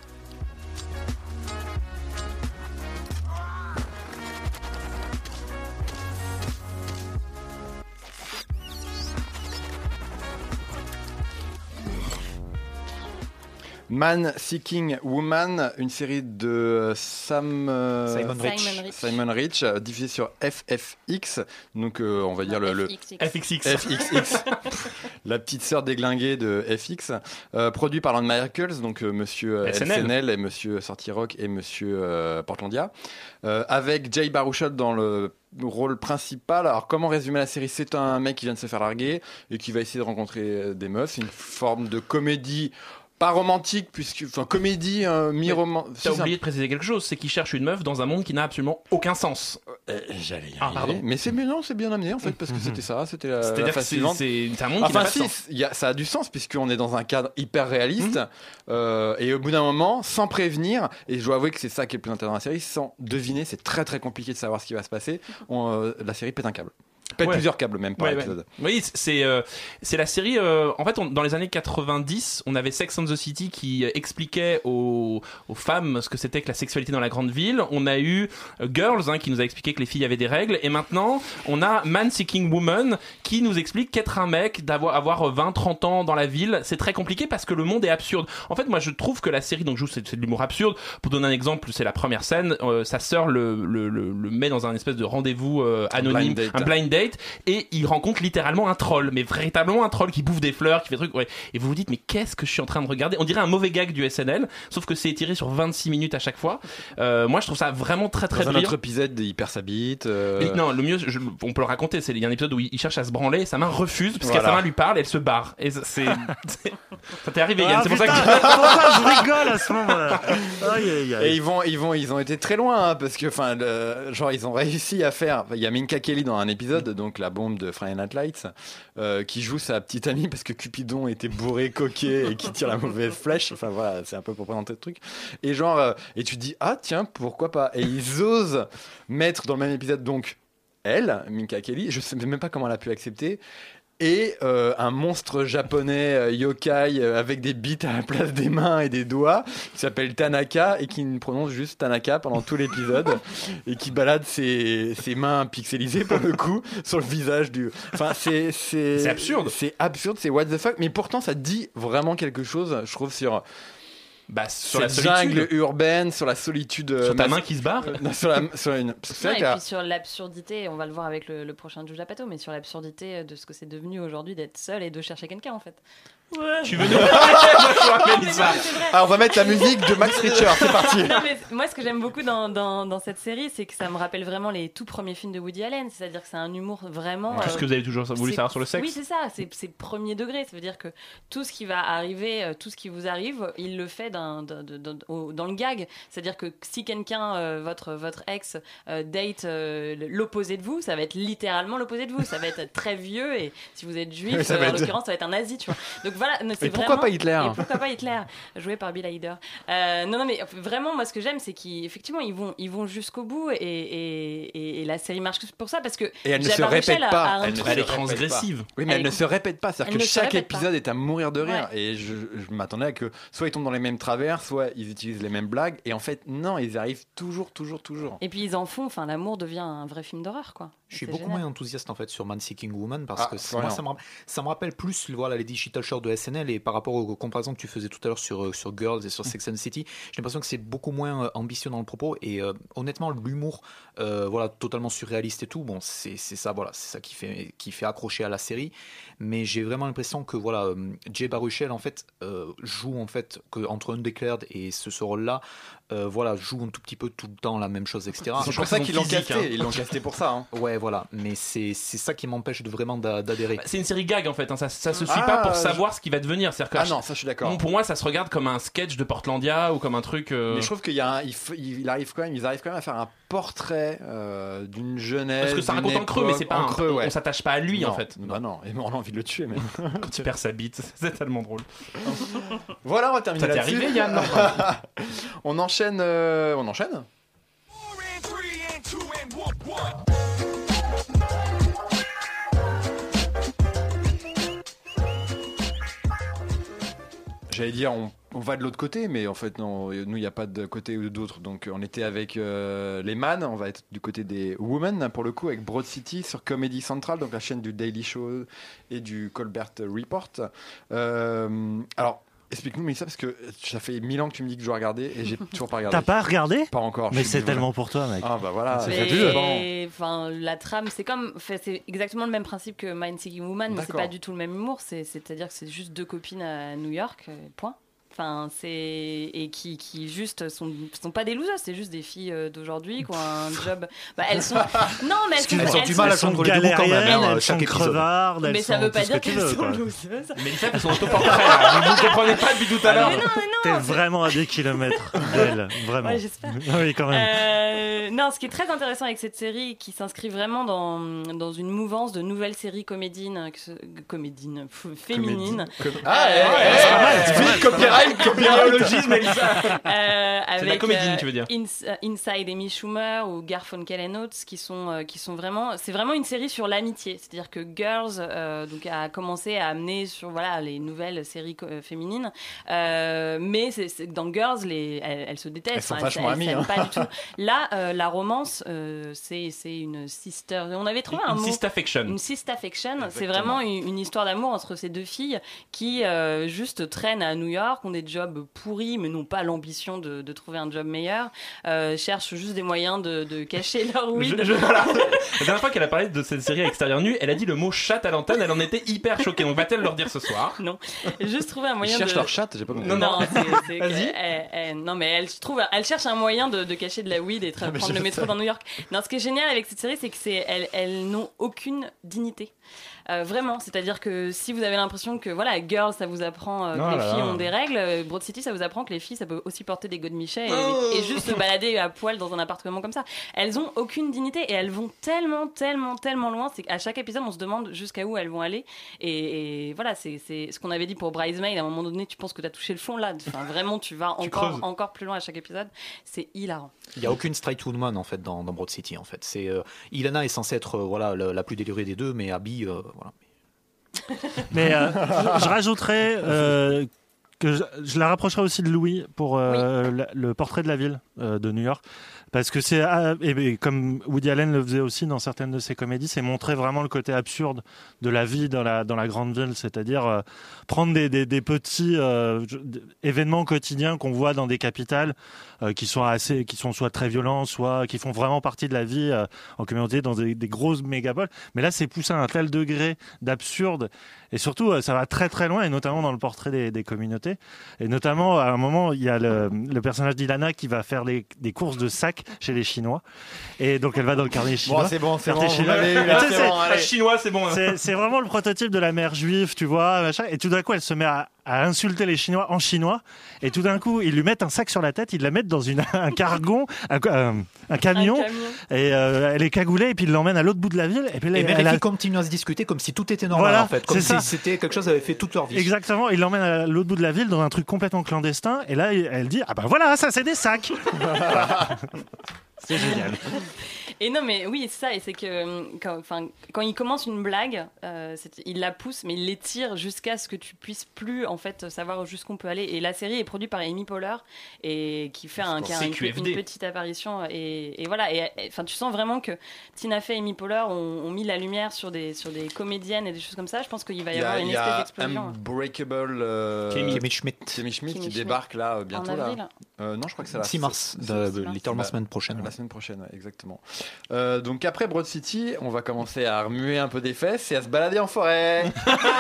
Man Seeking Woman, une série de Sam euh, Simon Rich. Simon Rich. Simon Rich, euh, diffusée sur F F X, donc euh, on va dire le, le F X X. F X X. F X X, la petite sœur déglinguée de F X, euh, produit par Lorne Michaels, donc euh, Monsieur euh, S S N L. N L et Monsieur Sorty Rock et Monsieur euh, Portlandia, euh, avec Jay Baruchel dans le rôle principal. Alors comment résumer la série? C'est un mec qui vient de se faire larguer et qui va essayer de rencontrer euh, des meufs. C'est une forme de comédie. Pas romantique, puisque. Enfin, comédie, euh, mi-romantique. T'as oublié de préciser quelque chose, c'est qu'il cherche une meuf dans un monde qui n'a absolument aucun sens. J'allais y Ah, arriver. pardon. Mais c'est bien, non, c'est bien amené en fait, parce que c'était ça, c'était la, la C'est-à-dire phase que c'est, suivante. c'est, c'est un monde qui n'a Enfin, pas de si, sens. il y a- ça a du sens, puisqu'on est dans un cadre hyper réaliste, Mhm. euh, et au bout d'un moment, sans prévenir, et je dois avouer que c'est ça qui est le plus intéressant dans la série, sans deviner, c'est très très compliqué de savoir ce qui va se passer, on, euh, la série pète un câble. Pète Ouais. plusieurs câbles même par Ouais, ouais. épisode. Oui, c'est euh, c'est la série. Euh, en fait, on- dans les années quatre-vingt-dix, on avait Sex and the City qui euh, expliquait aux, aux femmes ce que c'était que la sexualité dans la grande ville. On a eu euh, Girls hein, qui nous a expliqué que les filles avaient des règles. Et maintenant, on a Man Seeking Woman qui nous explique qu'être un mec, d'avoir avoir vingt trente ans dans la ville, c'est très compliqué parce que le monde est absurde. En fait, moi, je trouve que la série, donc joue, c'est, c'est de l'humour absurde. Pour donner un exemple, c'est la première scène. Euh, sa sœur le, le, le, le met dans un espèce de rendez-vous euh, anonyme, blind date. un blind date. Et il rencontre littéralement un troll, mais véritablement un troll qui bouffe des fleurs, qui fait des trucs. Ouais. Et vous vous dites, mais qu'est-ce que je suis en train de regarder? On dirait un mauvais gag du S N L, sauf que c'est étiré sur vingt-six minutes à chaque fois. Euh, moi, je trouve ça vraiment très très Dans un brillant. autre épisode, il perd sa bite. euh, Et non, le mieux, je- on peut le raconter. C'est il y a un épisode où il il cherche à se branler, sa main refuse, parce Voilà. que sa main lui parle, et elle se barre. Et c'est, c'est- ça t'est arrivé, Yann. Ah, c'est pour ça que putain, pourquoi je rigole à ce moment-là? Aïe, aïe, Et aïe. ils vont, ils vont, ils ont été très loin hein, parce que, enfin, le- genre ils ont réussi à faire. Il y a Minka Kelly dans un épisode, donc la bombe de Friday Night Lights, euh, qui joue sa petite amie parce que Cupidon était bourré, coquet et qui tire la mauvaise flèche. Enfin voilà, c'est un peu pour présenter le truc. Et genre, euh, et tu te dis ah tiens pourquoi pas. Et ils osent mettre dans le même épisode donc elle, Minka Kelly. Je sais même pas comment elle a pu accepter. Et euh, un monstre japonais euh, yokai euh, avec des bites à la place des mains et des doigts qui s'appelle Tanaka et qui ne prononce juste Tanaka pendant tout l'épisode et qui balade ses, ses mains pixelisées pour le coup sur le visage du. Enfin, c'est c'est C'est absurde. C'est absurde, c'est what the fuck. Mais pourtant, ça dit vraiment quelque chose, je trouve, sur bah, sur la cette solitude, jungle urbaine, sur la solitude. euh, sur ta mas- main qui se barre. euh, sur, la, sur une. parce que c'est Non, vrai et que la- puis sur l'absurdité, on va le voir avec le, le prochain Juja Pato, mais sur l'absurdité de ce que c'est devenu aujourd'hui d'être seul et de chercher quelqu'un en fait. Tu veux nous parler? Moi, je rappelle Mais ça. non, mais c'est vrai. Ah, on va mettre la musique de Max Richter, c'est parti. Non, mais moi, ce que j'aime beaucoup dans, dans, dans cette série, c'est que ça me rappelle vraiment les tout premiers films de Woody Allen. C'est-à-dire que c'est un humour vraiment. Tout ce que vous avez toujours voulu c'est- savoir sur le sexe. Oui, c'est ça. C'est, c'est premier degré. Ça veut dire que tout ce qui va arriver, euh, tout ce qui vous arrive, il le fait d'un, d'un- d'un- d'un- au- dans le gag. C'est-à-dire que si quelqu'un, euh, votre, votre ex, euh, date euh, l'opposé de vous, ça va être littéralement l'opposé de vous. Ça va être très vieux et si vous êtes juif, Oui, ça euh, va en être- l'occurrence, ça va être un nazi, tu vois. Donc voilà, c'est Et pourquoi vraiment- pas Hitler Et pourquoi pas Hitler, joué par Bill Hader. Euh, non, non, mais vraiment, moi, ce que j'aime, c'est qu'effectivement, ils vont, ils vont jusqu'au bout et, et, et, et la série marche pour ça parce que. Et elle ne Jabba se répète Rochelle a- pas. a un Elle ne truc- se Elle est répète pas. transgressive. Oui, mais Elle elle, est- ne se répète pas. C'est-à-dire elle que ne se chaque répète pas. épisode est à mourir de rire. Ouais. Et je, je m'attendais à que soit ils tombent dans les mêmes travers, soit ils utilisent les mêmes blagues. Et en fait, non, ils arrivent toujours, toujours, toujours. Et puis ils en font, enfin, l'amour devient un vrai film d'horreur, quoi. Je suis C'est beaucoup génial. moins enthousiaste en fait sur Man Seeking Woman parce Ah, que c'est- Florian. moi, ça, me, rapp- ça me rappelle plus voilà, les digital shorts de S N L et par rapport aux comparaisons que tu faisais tout à l'heure sur, euh, sur Girls et sur Sex and the City, j'ai l'impression que c'est beaucoup moins euh, ambitieux dans le propos et euh, honnêtement l'humour euh, voilà, totalement surréaliste et tout, bon c'est c'est ça voilà, c'est ça qui fait, qui fait accrocher à la série mais j'ai vraiment l'impression que voilà, euh, Jay Baruchel en fait euh, joue en fait que, entre Undeclared et ce, ce rôle là euh, voilà, joue un tout petit peu tout le temps la même chose et cetera. C'est Je pour pense ça qu'ils qu'ils ont l'ont physique, casté. hein. Ils l'ont casté pour ça. hein. Ouais, voilà, mais c'est c'est ça qui m'empêche de vraiment d'a- d'adhérer. Bah, c'est une série gag en fait, hein. ça, ça se suit Ah, pas pour je- savoir ce ce qu'il va devenir. C'est-à-dire que Ah non, ça je suis d'accord. bon, pour moi, ça se regarde comme un sketch de Portlandia ou comme un truc. Euh... Mais je trouve qu'il y a un, il, f- il arrive quand même, ils arrivent quand même à faire un portrait euh, d'une jeunesse. Parce que ça d'une raconte en creux, mais c'est pas en un, creux, ouais. on s'attache pas à lui non, en fait. Bah non, et on a envie de le tuer même. Quand il perd sa bite, c'est tellement drôle. Voilà, on va terminer Ça t'est là-dessus. arrivé, Yann? On enchaîne, euh, on enchaîne. J'allais dire, on, on va de l'autre côté, mais en fait, non, nous, il n'y a pas de côté ou d'autre. Donc, on était avec euh, les Man, on va être du côté des Women, pour le coup, avec Broad City sur Comedy Central, donc la chaîne du Daily Show et du Colbert Report. Euh, alors, explique-nous, Mélissa, parce que ça fait mille ans que tu me dis que je dois regarder et j'ai toujours pas regardé. T'as pas regardé? Pas encore. Mais je suis c'est désolé. tellement pour toi, mec. Ah, bah voilà. C'est Mais, fabuleux. enfin, la trame, c'est comme, fait, c'est exactement le même principe que Mind Seeking Woman, mais c'est D'accord. pas du tout le même humour. C'est, c'est-à-dire que c'est juste deux copines à New York, euh, point. Enfin, c'est et qui, qui juste sont sont pas des losers, c'est juste des filles euh, d'aujourd'hui qui ont un job. Bah, elles sont non, mais elles sont, Elles ont elles du sont- mal à Elles sont joindre les deux bouts quand même, galériennes, hein, elles chaque sont épisode. crevardes, elles mais ça sont veut pas tout ce dire que tu qu'elles veux, sont quoi. losers. Mais les femmes, elles sont autoportraits. là. Vous ne comprenez pas depuis tout à Ah, l'heure. mais non, mais non. T'es c'est- vraiment à des kilomètres d'elle, vraiment. Ouais, j'espère. Oui, quand même. Euh, non, ce qui est très intéressant avec cette série, qui s'inscrit vraiment dans, dans une mouvance de nouvelles séries comédines, que ce- comédines pff, féminines, Comme- Ah, Euh, ouais, ouais, c'est pas pas mal. mal, Vite, copyright, copyright. Mélissa. euh, avec la comédine, tu veux dire. Ins- euh, Inside Amy Schumer ou Garfunkel and Oates, qui sont, euh, qui sont vraiment, c'est vraiment une série sur l'amitié. C'est-à-dire que Girls euh, donc a commencé à amener sur voilà les nouvelles séries co- euh, féminines, euh, mais c'est, c'est, dans Girls, les, elles, elles se détestent. Elles sont Enfin, vachement elles amies, s'aiment hein. pas du tout. Là, euh, la romance, euh, c'est, c'est une sister. On avait trouvé un Une mot. sistaffection. Une sistaffection, c'est Exactement. vraiment une, une histoire d'amour entre ces deux filles qui euh, juste traînent à New York, ont des jobs pourris mais n'ont pas l'ambition de, de trouver un job meilleur, euh, cherchent juste des moyens de, de cacher leur weed. Je- je- voilà. La dernière fois qu'elle a parlé de cette série à Extérieur Nu, elle a dit le mot chatte à l'antenne, elle en était hyper choquée. Donc va-t-elle leur dire ce soir? Non, juste trouver un Ils moyen cherchent de... leur chatte, j'ai pas compris. Non, non. c'est, c'est que- Vas-y. elle- elle- non mais elle trouve, elle cherche un moyen de, de cacher de la weed et de mais prendre je le métro sais. dans New York. Non, ce qui est génial avec cette série, c'est que c'est, elles, elles n'ont aucune dignité. Euh, vraiment, c'est-à-dire que si vous avez l'impression que voilà, Girls, ça vous apprend euh, que Oh les là filles là. ont des règles, euh, Broad City, ça vous apprend que les filles, ça peut aussi porter des godemichets et, et juste se balader à poil dans un appartement comme ça. Elles ont aucune dignité et elles vont tellement, tellement, tellement loin. C'est qu'à chaque épisode, on se demande jusqu'à où elles vont aller. Et, et voilà, c'est, c'est ce qu'on avait dit pour Bridesmaid. À un moment donné, tu penses que tu as touché le fond là. Enfin, vraiment, tu vas Tu encore, creuses. encore plus loin à chaque épisode. C'est hilarant. Il n'y a aucune straight woman en fait dans, dans Broad City en fait. C'est euh, Ilana est censée être euh, voilà la, la plus délurée des deux, mais Abby euh, voilà. Mais euh, je, je rajouterais euh, que je, je la rapprocherais aussi de Louis pour euh, la- le portrait de la ville euh, de New York. Parce que c'est, ah, et, et comme Woody Allen le faisait aussi dans certaines de ses comédies, c'est montrer vraiment le côté absurde de la vie dans la, dans la grande ville, c'est-à-dire euh, prendre des, des, des petits euh, je- d- événements quotidiens qu'on voit dans des capitales euh, qui sont assez, qui sont soit très violents, soit qui font vraiment partie de la vie euh, en communauté dans des, des grosses mégapoles. Mais là, c'est poussé à un tel degré d'absurde et surtout, euh, ça va très très loin, et notamment dans le portrait des, des communautés. Et notamment, à un moment, il y a le, le personnage d'Ilana qui va faire les, des courses de sacs chez les Chinois. Et donc, elle va dans le carnet chinois. Bon, c'est bon, c'est Faire bon, tes vous chinois. m'avez eu Et là, tu sais, c'est c'est- bon, Ah, allez. chinois, c'est bon. hein. c'est, c'est vraiment le prototype de la mère juive, tu vois, machin. Et tout d'un coup, elle se met à, à insulter les Chinois en chinois. Et tout d'un coup, ils lui mettent un sac sur la tête, ils la mettent dans une, un cargon, un, un- un camion. Un camion. Et euh, elle est cagoulée, et puis ils l'emmènent à l'autre bout de la ville. Et puis là, Et elle même les a- filles continuent à se discuter comme si tout était normal Voilà, en fait, comme c'est si ça. c'était quelque chose qu'elles avaient fait toute leur vie. Exactement, il l'emmène à l'autre bout de la ville dans un truc complètement clandestin. Et là, elle dit: ah ben voilà, ça c'est des sacs. C'est génial. Et non, mais oui, c'est ça. Et c'est que euh, quand, enfin, quand il commence une blague, euh, c'est- il la pousse, mais il l'étire jusqu'à ce que tu puisses plus en fait savoir jusqu'où on peut aller. Et la série est produite par Amy Poehler et qui fait un, qui a une, C Q F D. une petite apparition. Et, et voilà. Et enfin, tu sens vraiment que Tina Fey et Amy Poehler ont, ont mis la lumière sur des sur des comédiennes et des choses comme ça. Je pense qu'il va y, Il y avoir a, une il y espèce a d'explosion Unbreakable euh, Kimmy. Kimmy Schmidt. Kimmy Schmidt Kimmy qui Schmidt. débarque là euh, bientôt en là. avril. Euh, non, je crois que c'est la six mars, c'est- de- c'est- de- littéralement bah, semaine prochaine. La ouais. semaine prochaine, ouais, exactement. Euh, donc après Broad City, on va commencer à remuer un peu des fesses et à se balader en forêt.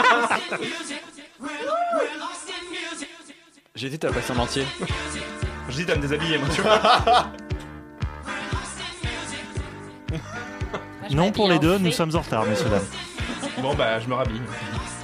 J'hésite à la passer en entier. Je dis, t'as me déshabiller, moi, tu vois. Moi, je Non, m'habille pour les en deux, fée. nous sommes en retard, messieurs dames. Bon, bah, je me rhabille.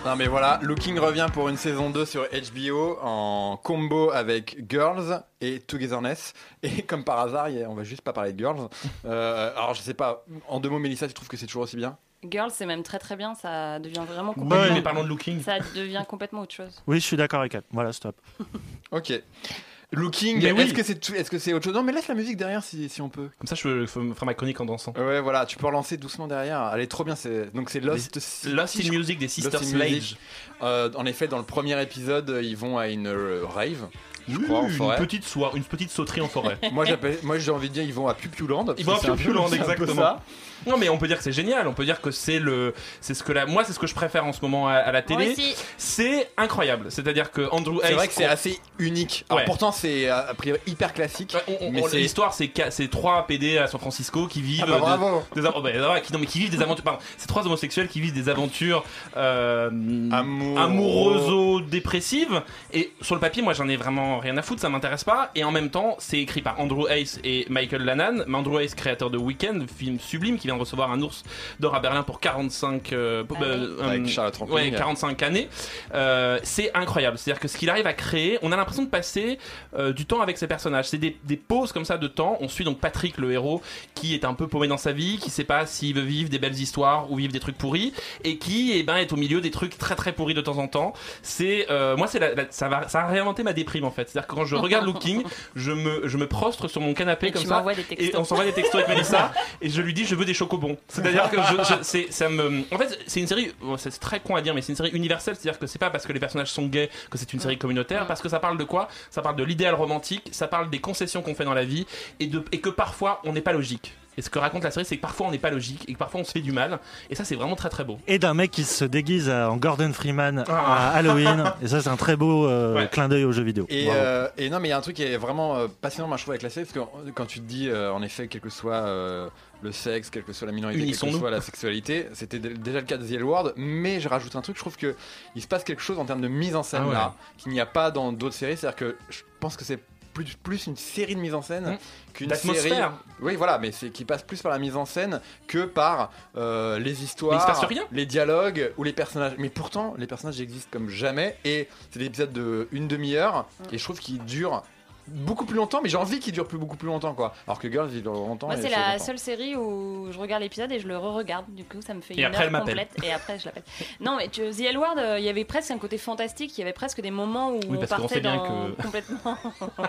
Non mais voilà, Looking revient pour une saison deux sur H B O en combo avec Girls et Togetherness. Et comme par hasard, y a- on va juste pas parler de Girls. Euh, alors je sais pas, en deux mots Mélissa, tu trouves que c'est toujours aussi bien ? Girls, c'est même très très bien, ça devient vraiment Ouais, complètement... Mais parlons de Looking. Ça devient complètement autre chose. Oui, je suis d'accord avec elle. Voilà, stop. Ok. Looking, Mais oui. est-ce que c'est tout- est-ce que c'est autre chose ? Non mais laisse la musique derrière si, si on peut. Comme ça, je ferai ma chronique en dansant. Ouais voilà, tu peux relancer doucement derrière. Elle est trop bien. C'est... Donc c'est Lost, City, Lost je in Music des Sisters Lost in Slade. Music. Euh, en effet, dans le premier épisode, ils vont à une euh, rave. Je Oui, crois, en une forêt. petite soirée, une petite sauterie en forêt. Moi, j'appelle, moi j'ai envie de dire ils vont à Pupuland. Ils vont à Pupuland, exactement. Ça. Non, mais on peut dire que c'est génial. On peut dire que c'est le, c'est ce que la, moi, c'est ce que je préfère en ce moment à, à la Moi télé. aussi. C'est incroyable. C'est-à-dire que Andrew C'est Hayes. vrai que c'est assez unique. Alors Ouais. pourtant, c'est a priori hyper classique. Ouais, on- on- mais on- c'est- L'histoire, c'est qua- c'est trois P D à San Francisco qui vivent Ah bah de- bravo. des, av- oh bah, ouais, qui, non, mais qui vivent des aventures. Pardon, c'est trois homosexuels qui vivent des aventures euh, Amour- amoureuse-dépressives. Et sur le papier, moi, j'en ai vraiment rien à foutre. Ça m'intéresse pas. Et en même temps, c'est écrit par Andrew Hayes et Michael Lannan. Mais Andrew Hayes, créateur de Weekend, film sublime, qui vient de recevoir un ours d'or à Berlin pour quarante-cinq euh, Ah euh, oui. Avec euh, Charlotte Rampling. ouais, quarante-cinq années. Euh, c'est incroyable. C'est-à-dire que ce qu'il arrive à créer, on a l'impression de passer euh, du temps avec ses personnages. C'est des, des pauses comme ça de temps. On suit donc Patrick, le héros, qui est un peu paumé dans sa vie, qui sait pas s'il veut vivre des belles histoires ou vivre des trucs pourris, et qui, eh ben, est au milieu des trucs très très pourris de temps en temps. C'est, euh, moi, c'est la, la- ça va, ça a réinventé ma déprime en fait. C'est-à-dire que quand je regarde Looking, je me, je me prostre sur mon canapé Et comme tu ça. m'envoies des Et textos. on s'envoie des textos avec Mélissa et je lui dis je veux des chocobons. C'est-à-dire que je, je- c'est, ça me, en fait c'est une série, bon, c'est très con à dire mais c'est une série universelle. C'est-à-dire que c'est pas parce que les personnages sont gays que c'est une série communautaire, parce que ça parle de quoi ? Ça parle de l'idéal romantique, ça parle des concessions qu'on fait dans la vie et de, et que parfois on n'est pas logique. Et ce que raconte la série, c'est que parfois on n'est pas logique et que parfois on se fait du mal. Et ça, c'est vraiment très très beau. Et d'un mec qui se déguise en Gordon Freeman Ah. à Halloween. Et ça, c'est un très beau euh, Ouais. clin d'œil aux jeux vidéo. Et, Bravo. euh, et non, mais il y a un truc qui est vraiment euh, passionnant, moi je trouve, avec la série, parce que quand tu te dis, euh, en effet, quel que soit euh, le sexe, quelle que soit la minorité, quelle que Unissons-nous. soit la sexualité, c'était dé- déjà le cas de The L Word, mais je rajoute un truc, je trouve que il se passe quelque chose en termes de mise en scène Ah ouais. là, qu'il n'y a pas dans d'autres séries, c'est-à-dire que je pense que c'est plus, plus une série de mise en scène Mmh. qu'une D'atmosphère. série. Oui, voilà, mais c'est qui passe plus par la mise en scène que par euh, les histoires, Mais il se passe rien. les dialogues ou les personnages. Mais pourtant, les personnages existent comme jamais et c'est des épisodes de une demi-heure et je trouve qu'ils durent beaucoup plus longtemps, mais j'ai envie qu'ils durent plus beaucoup plus longtemps quoi. Alors que Girls, il dure longtemps. Moi, et c'est ça la longtemps. seule série où je regarde l'épisode et je le re-regarde. Du coup, ça me fait Et une après, heure elle m'appelle. complète. Et après, je l'appelle. Non, mais tu, The L Word, euh, il y avait presque un côté fantastique. Il y avait presque des moments où Oui, on parce qu'on partait sait bien dans que- complètement.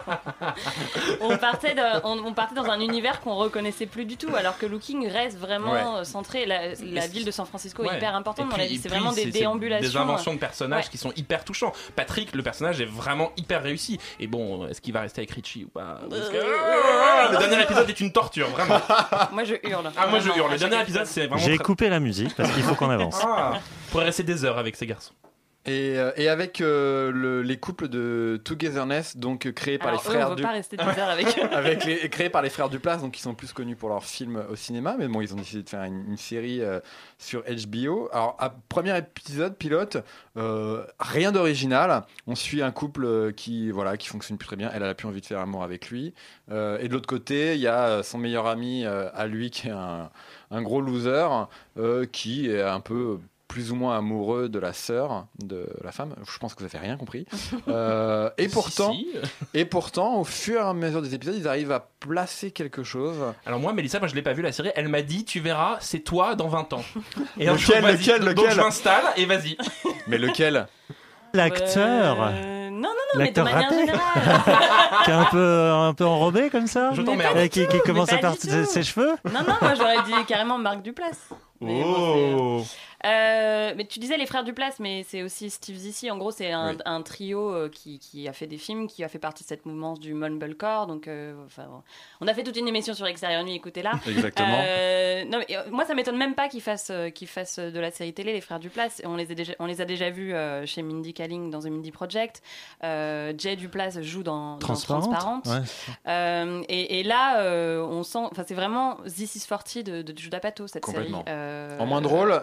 on partait, dans, on, on partait dans un univers qu'on reconnaissait plus du tout, alors que Looking reste vraiment Ouais. euh, centré. La, la ville de San Francisco Ouais. est hyper importante Et dans la puis- vie. et C'est puis, vraiment des c'est- c'est déambulations. Des inventions de personnages Ouais. qui sont hyper touchants. Patrick, le personnage, est vraiment hyper réussi. Et bon, est-ce qu'il va rester avec Richie ou pas Parce que- Euh. Le dernier épisode est une torture, vraiment. Moi, je hurle. Ah, moi je Vraiment, hurle. à Le chaque dernier épisode, c'est vraiment. J'ai très- coupé la musique parce qu'il faut qu'on avance. Ah, on pourrait rester des heures avec ces garçons. Et, euh, et avec euh, le- les couples de Togetherness, donc euh, créés par Alors, les eux, frères on veut du... pas rester des heures avec eux. avec les créés par les frères Duplass, donc qui sont plus connus pour leurs films au cinéma, mais bon, ils ont décidé de faire une, une série euh, sur H B O. Alors, à premier épisode pilote, euh, rien d'original. On suit un couple euh, qui, voilà, qui fonctionne plus très bien. Elle a plus envie de faire amour avec lui. Euh, et de l'autre côté, il y a euh, son meilleur ami euh, à lui qui est un, un gros loser, euh, qui est un peu plus ou moins amoureux de la sœur de la femme. Je pense que vous n'avez rien compris. Euh, et pourtant, Si, si. et pourtant, au fur et à mesure des épisodes, ils arrivent à placer quelque chose. Alors moi, Mélissa, moi je l'ai pas vu la série. Elle m'a dit, tu verras, c'est toi dans vingt ans. Et donc, Lequel, vas-y. lequel, Donc lequel je m'installe et vas-y. Mais lequel? L'acteur Euh, non, non, non, mais de L'acteur manière raté. générale. qui est un peu, un peu enrobé comme ça. Je Mais t'emmerde. pas Et qui, qui commence mais à pas perdre du ses, tout. ses cheveux. Non, non, moi j'aurais dit carrément Marc Duplass. Mais bon, c'est- Oh. Euh, mais tu disais les frères Duplass, mais c'est aussi Steve Zissou. En gros, c'est un, Oui. un trio euh, qui, qui a fait des films, qui a fait partie de cette mouvance du mumblecore. Donc, euh, enfin, bon. On a fait toute une émission sur Extérieur Nuit, écoutez-la. Exactement. Euh, non, mais, euh, moi, ça m'étonne même pas qu'ils fassent, euh, qu'ils fassent de la série télé, les frères Duplass. On les a déjà, on les a déjà vus euh, chez Mindy Kaling dans The Mindy Project. Euh, Jay Duplass joue dans dans Transparente. Transparente. Ouais. Euh, et, et là, euh, on sent, enfin, c'est vraiment This is forty de, de Judah Pato, cette série. Complètement. Euh, En moins drôle, mais en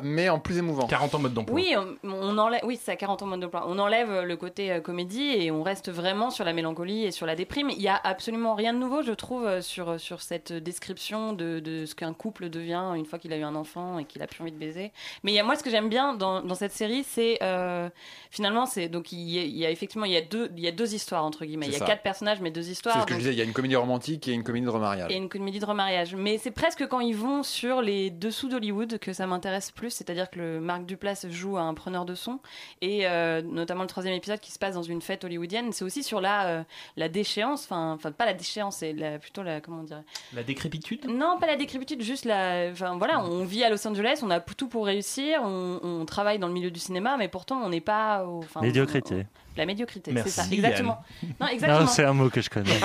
plus émouvant. quarante ans mode d'emploi. Oui, on, on enlève, oui, c'est à quarante ans mode d'emploi. On enlève le côté euh, comédie et on reste vraiment sur la mélancolie et sur la déprime. Il y a absolument rien de nouveau, je trouve, euh, sur sur cette description de, de ce qu'un couple devient une fois qu'il a eu un enfant et qu'il a plus envie de baiser. Mais il y a moi ce que j'aime bien dans, dans cette série, c'est euh, finalement c'est donc il y, a, il y a effectivement il y a deux il y a deux histoires entre guillemets. C'est Il y a ça. quatre personnages mais deux histoires. C'est ce que donc- je disais, il y a une comédie romantique et une comédie de remariage. et une comédie de remariage. Mais c'est presque quand ils vont sur les dessous d'Hollywood que ça m'intéresse plus. C'est-à-dire que le Marc Duplass joue un preneur de son. Et euh, notamment le troisième épisode qui se passe dans une fête hollywoodienne. C'est aussi sur la, euh, la déchéance. Enfin, pas la déchéance, c'est la, plutôt la... Comment on dirait La décrépitude. Non, pas la décrépitude, juste la... Enfin, voilà, on vit à Los Angeles, on a tout pour réussir, on, on travaille dans le milieu du cinéma, mais pourtant on n'est pas... Au, enfin, Médiocrité. on- on- la médiocrité, Merci, c'est ça, Yann. exactement. Non, exactement. Non, c'est un mot que je connais.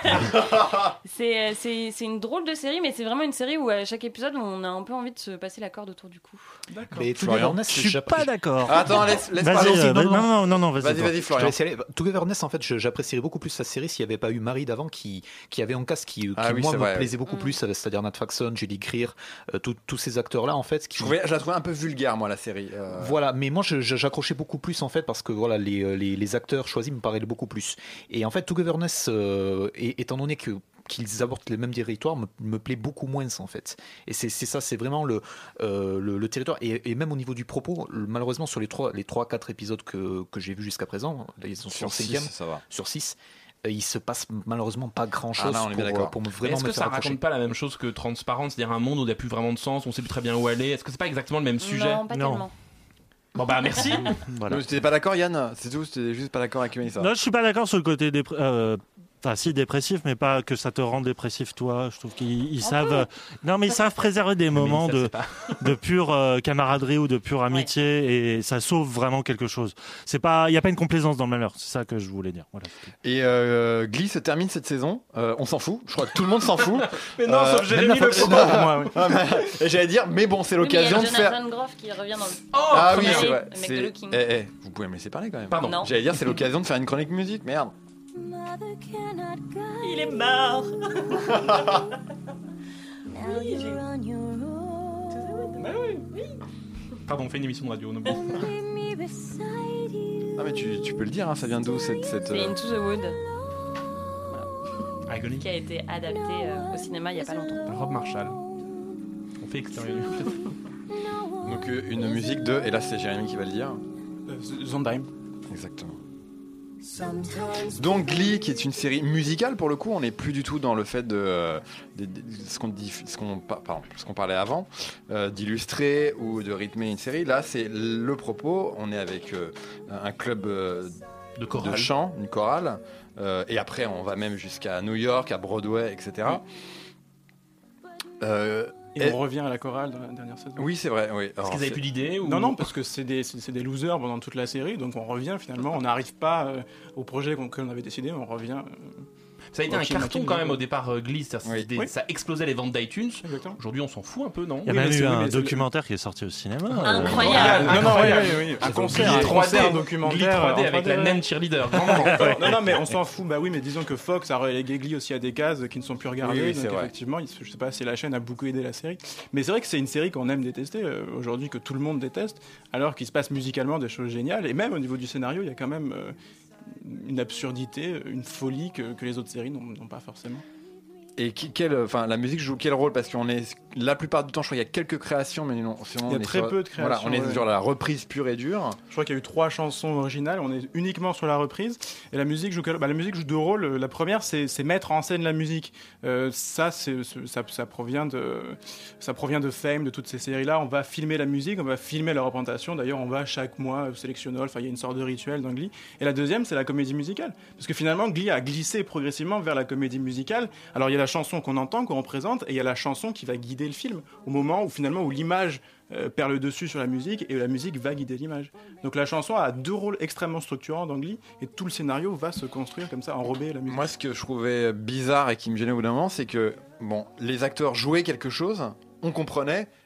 C'est, c'est, c'est une drôle de série, mais c'est vraiment une série où à chaque épisode, on a un peu envie de se passer la corde autour du cou. Mais Florian. Togetherness, Je suis j'appr- pas d'accord. Ah, attends, laisse, laisse Vas-y, parler. euh, non, non, non, non, non, non, vas-y. Vas-y, toi. vas-y, Je te Florian. laisse y aller. Togetherness, en fait, je- j'apprécierais beaucoup plus sa série s'il n'y avait pas eu Marie d'avant qui, qui avait un cast qui, qui Ah oui, moi, c'est me vrai, plaisait beaucoup Mm. plus, c'est-à-dire Nat Faxon, Julie Greer, euh, tout- tous ces acteurs-là, en fait. Qui, Je, trouvais, je la trouvais un peu vulgaire, moi, la série. Euh, Voilà, mais moi je- je- j'accrochais beaucoup plus en fait parce que voilà les, euh, les, les acteurs choisis me parlaient beaucoup plus. Et en fait, Togetherness, euh, et- étant donné que qu'ils abordent les mêmes territoires, me, me plaît beaucoup moins en fait. Et c'est c'est ça, c'est vraiment le, euh, le, le territoire. Et, et même au niveau du propos, le- malheureusement sur les trois, les trois, quatre épisodes que, que j'ai vus jusqu'à présent, là, ils sont sur Sur le cinquième, six, ça va. sur six. euh, Il se passe malheureusement pas grand chose Ah non, on est bien pour, d'accord. pour me Mais vraiment est-ce me que faire ça accrocher. raconte pas la même chose que Transparent, c'est-à-dire un monde où il n'y a plus vraiment de sens, on sait plus très bien où aller. Est-ce que c'est pas exactement le même sujet? Non, pas Non. tellement. Bon bah merci. Voilà. Tu n'étais pas d'accord, Yann? C'est tout, c'était juste pas d'accord avec Mélissa. Non, je suis pas d'accord sur le côté dépr- euh, Enfin, si dépressif, mais pas que ça te rende dépressif toi. Je trouve qu'ils ils savent. euh, Non, mais ils savent préserver des moments ça, de, c'est pas- de pure euh, camaraderie ou de pure amitié, et ça sauve vraiment quelque chose. C'est pas, il y a pas une complaisance dans le malheur. C'est ça que je voulais dire. Voilà. Et euh, Glee se termine cette saison. Euh, on s'en fout. Je crois que tout le monde s'en fout. Mais non, Euh, sauf Jérémy le Non, pauvre. Ah, mais- J'allais dire, mais bon, c'est Oui, mais il y a l'occasion de faire. Jonathan Groff qui revient dans le. Oh, Ah oui, première c'est année, vrai. le mec C'est- de Looking. eh, eh, vous pouvez me laisser parler quand même. Pardon. Non. J'allais dire, c'est l'occasion de faire une chronique musique. Merde. Il est mort. Pardon, on fait une émission de radio. on oublie. Ah mais tu, tu peux le dire, hein, ça vient d'où cette, cette C'est euh, Into the Wood Agony. qui a été adapté euh, au cinéma il y a pas longtemps. Rob Marshall. On fait extérieur. donc euh, une musique de, et là c'est Jérémy qui va le dire. Euh, Sondheim. Exactement. Donc Glee, qui est une série musicale pour le coup, on n'est plus du tout dans le fait de, euh, de- de- de ce qu'on dit, ce qu'on, pa- pardon, ce qu'on parlait avant, euh, d'illustrer ou de rythmer une série. Là, c'est le propos. On est avec euh, un club euh, De chorale. de chant, une chorale, euh, et après on va même jusqu'à New York, à Broadway, et cetera. Euh, Et Et- on revient à la chorale dans la dernière saison. oui, c'est vrai. Oui. Est-ce Alors, qu'ils avaient c'est- plus d'idées ou... Non, non, parce que c'est des, c'est c'est des losers pendant toute la série, donc on revient finalement, on n'arrive pas euh, au projet qu'on que l'on avait décidé, on revient. euh, Ça a été Ok, un carton ok, quand même ok. au départ euh, Glee, c'est-à-dire Oui. c'était- Oui. ça explosait les ventes d'iTunes. exactement. Aujourd'hui, on s'en fout un peu, non Il y a Oui, même mais eu c'est- oui, un mais c'est- documentaire qui est sorti au cinéma. euh, Incroyable. Non, non, oui, Incroyable. oui, oui. Un Ils ont concert, Glee un trois D, concert Glee documentaire. trois D en avec trois D, la ouais. naine cheerleader. Vraiment. Non, non, mais on s'en fout. Bah oui, mais disons que Fox a relégué Glee aussi à des cases qui ne sont plus regardées. Oui, oui, donc c'est vrai. effectivement, il- je sais pas si la chaîne a beaucoup aidé la série. Mais c'est vrai que c'est une série qu'on aime détester euh, aujourd'hui, que tout le monde déteste, alors qu'il se passe musicalement des choses géniales. Et même au niveau du scénario, il y a quand même euh, une absurdité, une folie que, que les autres séries n'ont n'ont pas forcément. Et qui, quel, enfin, la musique joue quel rôle? Parce qu'on est la plupart du temps, je crois qu'il y a quelques créations, mais non, sinon Il y a on est très sur- peu de Voilà, créations, on est ouais. sur la reprise pure et dure. Je crois qu'il y a eu trois chansons originales, on est uniquement sur la reprise. Et la musique joue, quel- bah, la musique joue deux rôles. La première, c'est c'est mettre en scène la musique. Euh, ça, c'est- c'est- ça, ça, provient de, ça provient de Fame, de toutes ces séries-là. On va filmer la musique, on va filmer la représentation. D'ailleurs, on va chaque mois sélectionner, enfin, il y a une sorte de rituel dans Glee. Et la deuxième, c'est la comédie musicale. Parce que finalement, Glee a glissé progressivement vers la comédie musicale. Alors, il y a la chanson qu'on entend, qu'on représente, et il y a la chanson qui va guider le film. Au moment où finalement, où l'image euh, perd le dessus sur la musique et la musique va guider l'image. Donc la chanson a deux rôles extrêmement structurants dans Glee et tout le scénario va se construire comme ça, enrober la musique. Moi, ce que je trouvais bizarre et qui me gênait au bout d'un moment, c'est que bon, les acteurs jouaient quelque chose, on comprenait,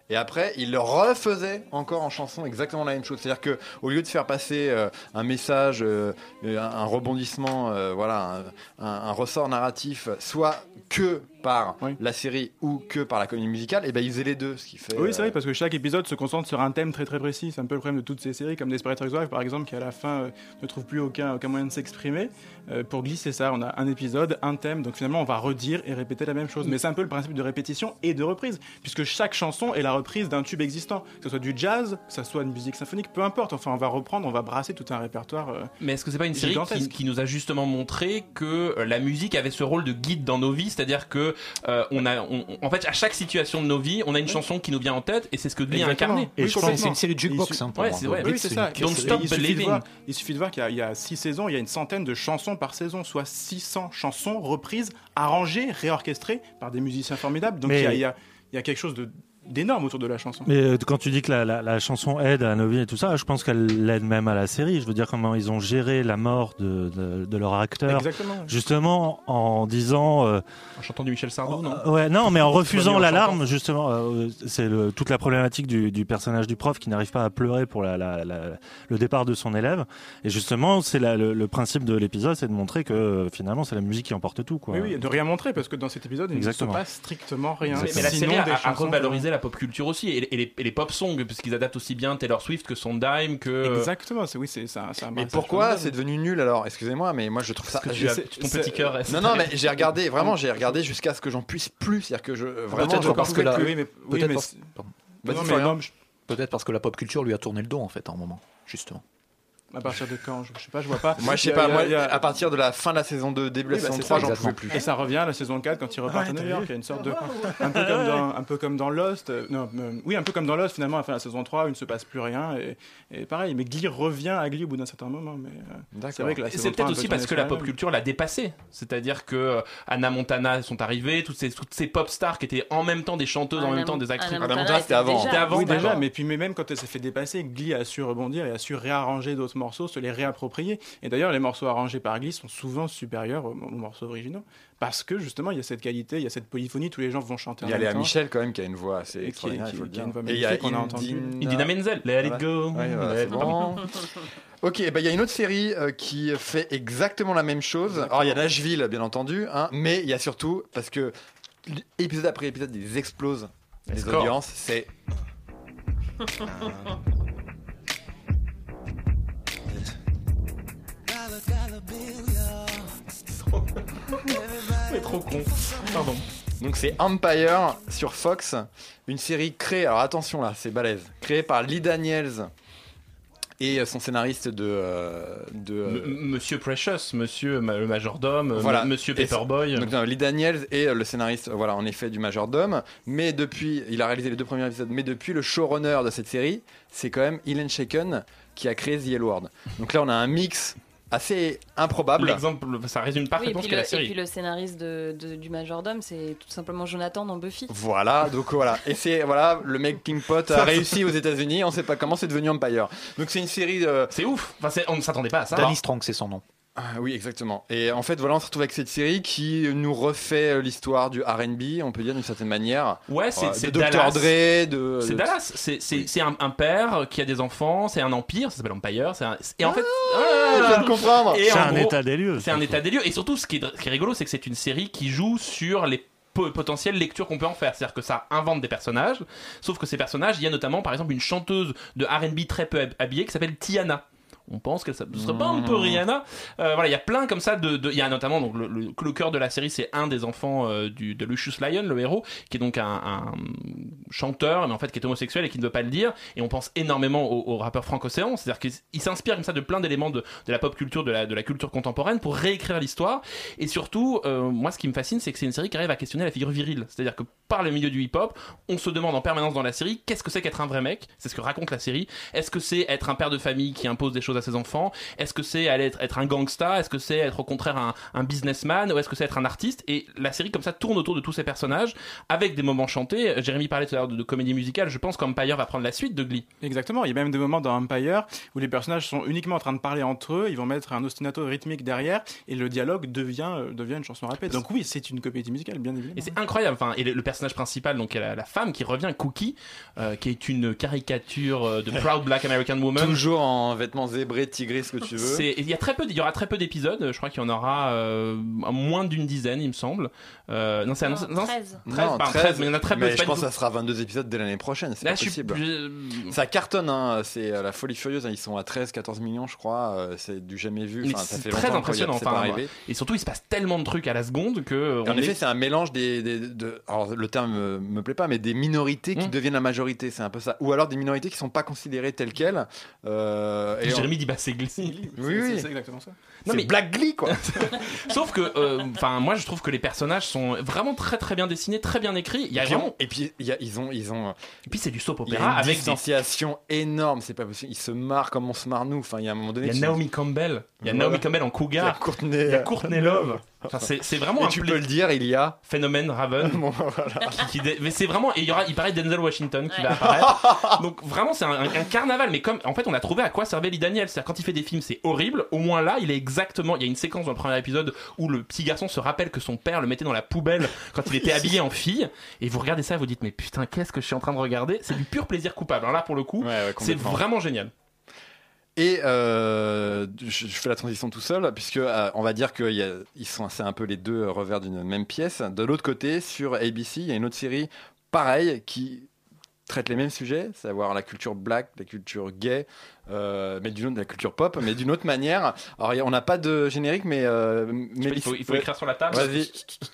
et après il le refaisait encore en chanson exactement la même chose. C'est-à-dire que au lieu de faire passer euh, un message, euh, un, un rebondissement, euh, voilà, un, un, un ressort narratif, soit que par oui. la série ou que par la comédie musicale, et ben ils faisaient les deux, ce qui fait. Oui, c'est vrai, parce que chaque épisode se concentre sur un thème très très précis. C'est un peu le problème de toutes ces séries, comme Desperate Housewives par exemple, qui à la fin euh, ne trouve plus aucun, aucun moyen de s'exprimer. Euh, pour Glee, c'est ça, on a un épisode, un thème, donc finalement on va redire et répéter la même chose. Mais c'est un peu le principe de répétition et de reprise, puisque chaque chanson est la reprise d'un tube existant, que ce soit du jazz, que ce soit une musique symphonique, peu importe. Enfin, on va reprendre, on va brasser tout un répertoire. Euh, Mais est-ce que c'est pas une série qui, qui nous a justement montré que euh, la musique avait ce rôle de guide dans nos vies, c'est-à-dire que euh, on a, on, en fait, à chaque situation de nos vies, on a une oui. chanson qui nous vient en tête, et c'est ce que Glee a incarné. Et oui, je pense c'est une série de jukebox. Hein, ouais, c'est vrai. Oui, c'est ça. Donc stop il, suffit believing. de voir, il suffit de voir qu'il y a, il y a six saisons, il y a une centaine de chansons par saison, soit six cents chansons reprises, arrangées, réorchestrées par des musiciens formidables. Donc il y a, il y a, il y a quelque chose de d'énorme autour de la chanson. Mais euh, quand tu dis que la, la, la chanson aide à Novi et tout ça, je pense qu'elle aide même à la série. Je veux dire comment ils ont géré la mort de, de, de leur acteur. Exactement. Justement en disant... Euh, en chantant du Michel Sardou, non euh, Ouais, non, mais en refusant l'alarme, justement. Euh, c'est le, toute la problématique du, du personnage du prof qui n'arrive pas à pleurer pour la, la, la, le départ de son élève. Et justement, c'est la, le, le principe de l'épisode, c'est de montrer que euh, finalement, c'est la musique qui emporte tout. Quoi. Oui, oui, de rien montrer, parce que dans cet épisode, il Exactement. ne se passe strictement rien. Mais, mais la série a, a revalorisé la pop culture aussi, et, et, les, et les pop songs, puisqu'ils adaptent aussi bien Taylor Swift que Sondheim, que... Exactement, c'est, oui, c'est ça. ça mais pourquoi c'est devenu nul alors? Excusez-moi, mais moi je trouve ça... Parce que tu as, ton petit cœur reste... Non, non, mais j'ai regardé, vraiment, j'ai regardé jusqu'à ce que j'en puisse plus. C'est-à-dire que je... Vraiment, peut-être parce que la... Oui, mais... peut-être mais... parce... Non, mais non, je... peut-être parce que la pop culture lui a tourné le dos, en fait, à un moment, justement. À partir de quand? Je sais pas, je vois pas. Moi, je sais pas, moi, à partir de la fin de la saison deux, début de oui, la bah, saison trois, ça, j'en pouvais plus. Et ça revient à la saison quatre quand ils repartent ouais, à New York. Il y a une sorte de. Un peu comme dans, un peu comme dans Lost. Euh, non, euh, oui, un peu comme dans Lost, finalement, à la fin de la saison trois, où il ne se passe plus rien. Et, et pareil, mais Glee revient à Glee au bout d'un certain moment. Mais, euh, c'est vrai que la et saison c'est peut-être aussi parce que la pop même. culture l'a dépassé. C'est-à-dire que euh, Anna Montana sont arrivées, toutes ces, toutes ces pop stars qui étaient en même temps des chanteuses, Anna en même temps des actrices. Anna Montana, Montana c'était avant. Déjà. C'était avant, oui, déjà, d'accord. mais puis mais même quand elle s'est fait dépasser, Glee a su rebondir et a su réarranger d'autres morceaux, se les réapproprier. Et d'ailleurs, les morceaux arrangés par Glee sont souvent supérieurs aux, aux morceaux originaux. Parce que justement, il y a cette qualité, il y a cette polyphonie, tous les gens vont chanter. Il y a Léa Michel quand même qui a une voix assez extraordinaire, il faut le dire. Et il y a qu'on a entendu. Idina Menzel, Let It Go. Ouais, voilà, c'est bon. Ok, bah il y a une autre série euh, qui fait exactement la même chose. Exactement. Alors il y a Nashville, bien entendu, hein, mais il y a surtout, parce que épisode après épisode, ils explosent les score. audiences, c'est... C'est trop con. Pardon. Donc c'est Empire sur Fox, une série créée, alors attention là, c'est balèze, créée par Lee Daniels et son scénariste de... Euh, de euh... M- Monsieur Precious, Monsieur ma- le Majordome, voilà. M- Monsieur Paperboy. Donc non, Lee Daniels est le scénariste, voilà, en effet, du Majordome, mais depuis, il a réalisé les deux premiers épisodes, mais depuis, le showrunner de cette série, c'est quand même Ian Shaken qui a créé The Yellow World. Donc là, on a un mix assez improbable. L'exemple, ça résume parfaitement oui, ce qu'est le, la série. Et puis le scénariste de, de, du Majordome, c'est tout simplement Jonathan dans Buffy. Voilà, donc voilà. Et c'est, voilà, le mec King Pot a réussi aux États-Unis, on sait pas comment, c'est devenu Empire. Donc c'est une série de... C'est ouf, enfin, c'est... on ne s'attendait pas à ça. Danny Strong, c'est son nom. Ah, oui, exactement. Et en fait, voilà, on se retrouve avec cette série qui nous refait l'histoire du R and B, on peut dire d'une certaine manière. Ouais, c'est, euh, c'est de Dallas. docteur Dre, de. C'est de... Dallas. C'est, c'est, oui. c'est un, un père qui a des enfants, c'est un empire, ça s'appelle Empire. C'est un... Et en fait, ah, je viens de comprendre. Et c'est en un gros, état des lieux. C'est un état des lieux. Et surtout, ce qui est, ce qui est rigolo, c'est que c'est une série qui joue sur les potentielles lectures qu'on peut en faire, c'est-à-dire que ça invente des personnages, sauf que ces personnages, il y a notamment par exemple une chanteuse de R and B très peu habillée qui s'appelle Tiana. On pense que ça ne serait pas un peu Rihanna. Euh, voilà, il y a plein comme ça de, de il y a notamment donc le, le, le cœur de la série, c'est un des enfants euh, du de Lucius Lyon, le héros, qui est donc un, un chanteur, mais en fait qui est homosexuel et qui ne veut pas le dire. Et on pense énormément au, au rappeur Frank Ocean, c'est-à-dire qu'il s'inspire comme ça de plein d'éléments de, de la pop culture, de la de la culture contemporaine pour réécrire l'histoire. Et surtout, euh, moi, ce qui me fascine, c'est que c'est une série qui arrive à questionner la figure virile. C'est-à-dire que par le milieu du hip-hop, on se demande en permanence dans la série qu'est-ce que c'est qu'être un vrai mec. C'est ce que raconte la série. Est-ce que c'est être un père de famille qui impose des choses à ses enfants. Est-ce que c'est aller être, être un gangsta? Est-ce que c'est être au contraire un, un businessman? Ou est-ce que c'est être un artiste? Et la série comme ça tourne autour de tous ces personnages avec des moments chantés. Jérémy parlait tout à l'heure de, de comédie musicale. Je pense qu'Empire va prendre la suite de Glee. Exactement, il y a même des moments dans Empire où les personnages sont uniquement en train de parler entre eux, ils vont mettre un ostinato rythmique derrière et le dialogue devient, euh, devient une chanson rappée. Donc oui, c'est une comédie musicale, bien évidemment. Et c'est incroyable. Enfin, et le, le personnage principal, donc la, la femme qui revient, Cookie, euh, qui est une caricature euh, de Proud Black American Woman. Toujours en vêtements zébrés, tigrés, ce que tu veux. C'est, il y a très peu, il y aura très peu d'épisodes. Je crois qu'il y en aura euh, moins d'une dizaine, il me semble. Euh, non, c'est annoncé. Non, treize. treize, Non, pardon, treize, treize, mais il y en a très peu. Mais c'est je pas pense du que ça sera vingt-deux épisodes dès l'année prochaine, c'est Là, pas je suis possible. je- Ça cartonne, hein. C'est euh, la folie furieuse, hein. Ils sont à treize quatorze millions, je crois. euh, C'est du jamais vu. Mais Enfin, ça c'est fait très longtemps impressionnant. que c'est pas Enfin, arrivé. et surtout, il se passe tellement de trucs à la seconde que. Et en on effet, est- c'est un mélange des, des de, alors le terme me, me plaît pas, mais des minorités qui Mmh. deviennent la majorité, c'est un peu ça. Ou alors des minorités qui sont pas considérées telles quelles. Euh, et Jérémy dit bah c'est Glee. Oui, C'est- oui. c'est, c'est exactement ça. Non, c'est mais- Black Glee, quoi. Sauf que, enfin, moi, je trouve que les personnages sont vraiment très très bien dessinés, très bien écrits. Il y a Et puis, vraiment. on- et puis il y a- ils ont, ils ont, Et puis c'est du soap il y a opéra une avec des. distanciation énorme. C'est pas possible. Ils se marrent comme on se marre nous. Enfin, il y a un moment donné. Il y a tu- Naomi Campbell. Il y a Voilà. Naomi Campbell en il y a cougar. Courtney. Il y a Courtney Love. Enfin, c'est, c'est vraiment Et un tu pla- peux le dire, il y a. phénomène Raven. Bon, voilà. qui, qui dé- Mais c'est vraiment. Et il y aura, il paraît Denzel Washington qui va apparaître. Donc vraiment, c'est un, un- un carnaval. Mais comme en fait, on a trouvé à quoi servait Lee Daniels. C'est-à-dire quand il fait des films, c'est horrible. Au moins là, il est exactement. Il y a une séquence dans le premier épisode où le petit garçon se rappelle que son père le mettait dans la poubelle quand il était habillé en fille. Et vous regardez ça, et vous dites mais putain, qu'est-ce que je suis en train de regarder? C'est du pur plaisir coupable. Alors là, pour le coup, Ouais, ouais, c'est complètement. vraiment génial. Et euh, je, je fais la transition tout seul, puisque euh, on va dire qu'ils sont c'est un peu les deux revers d'une même pièce. De l'autre côté, sur A B C, il y a une autre série pareille qui traite les mêmes sujets, savoir la culture black, la culture gay, euh, mais d'une autre, la culture pop, mais d'une autre manière. Alors, il y a- on n'a pas de générique, mais euh, Il Mélissa- faut, il faut ouais. écrire sur la table. Vas-y.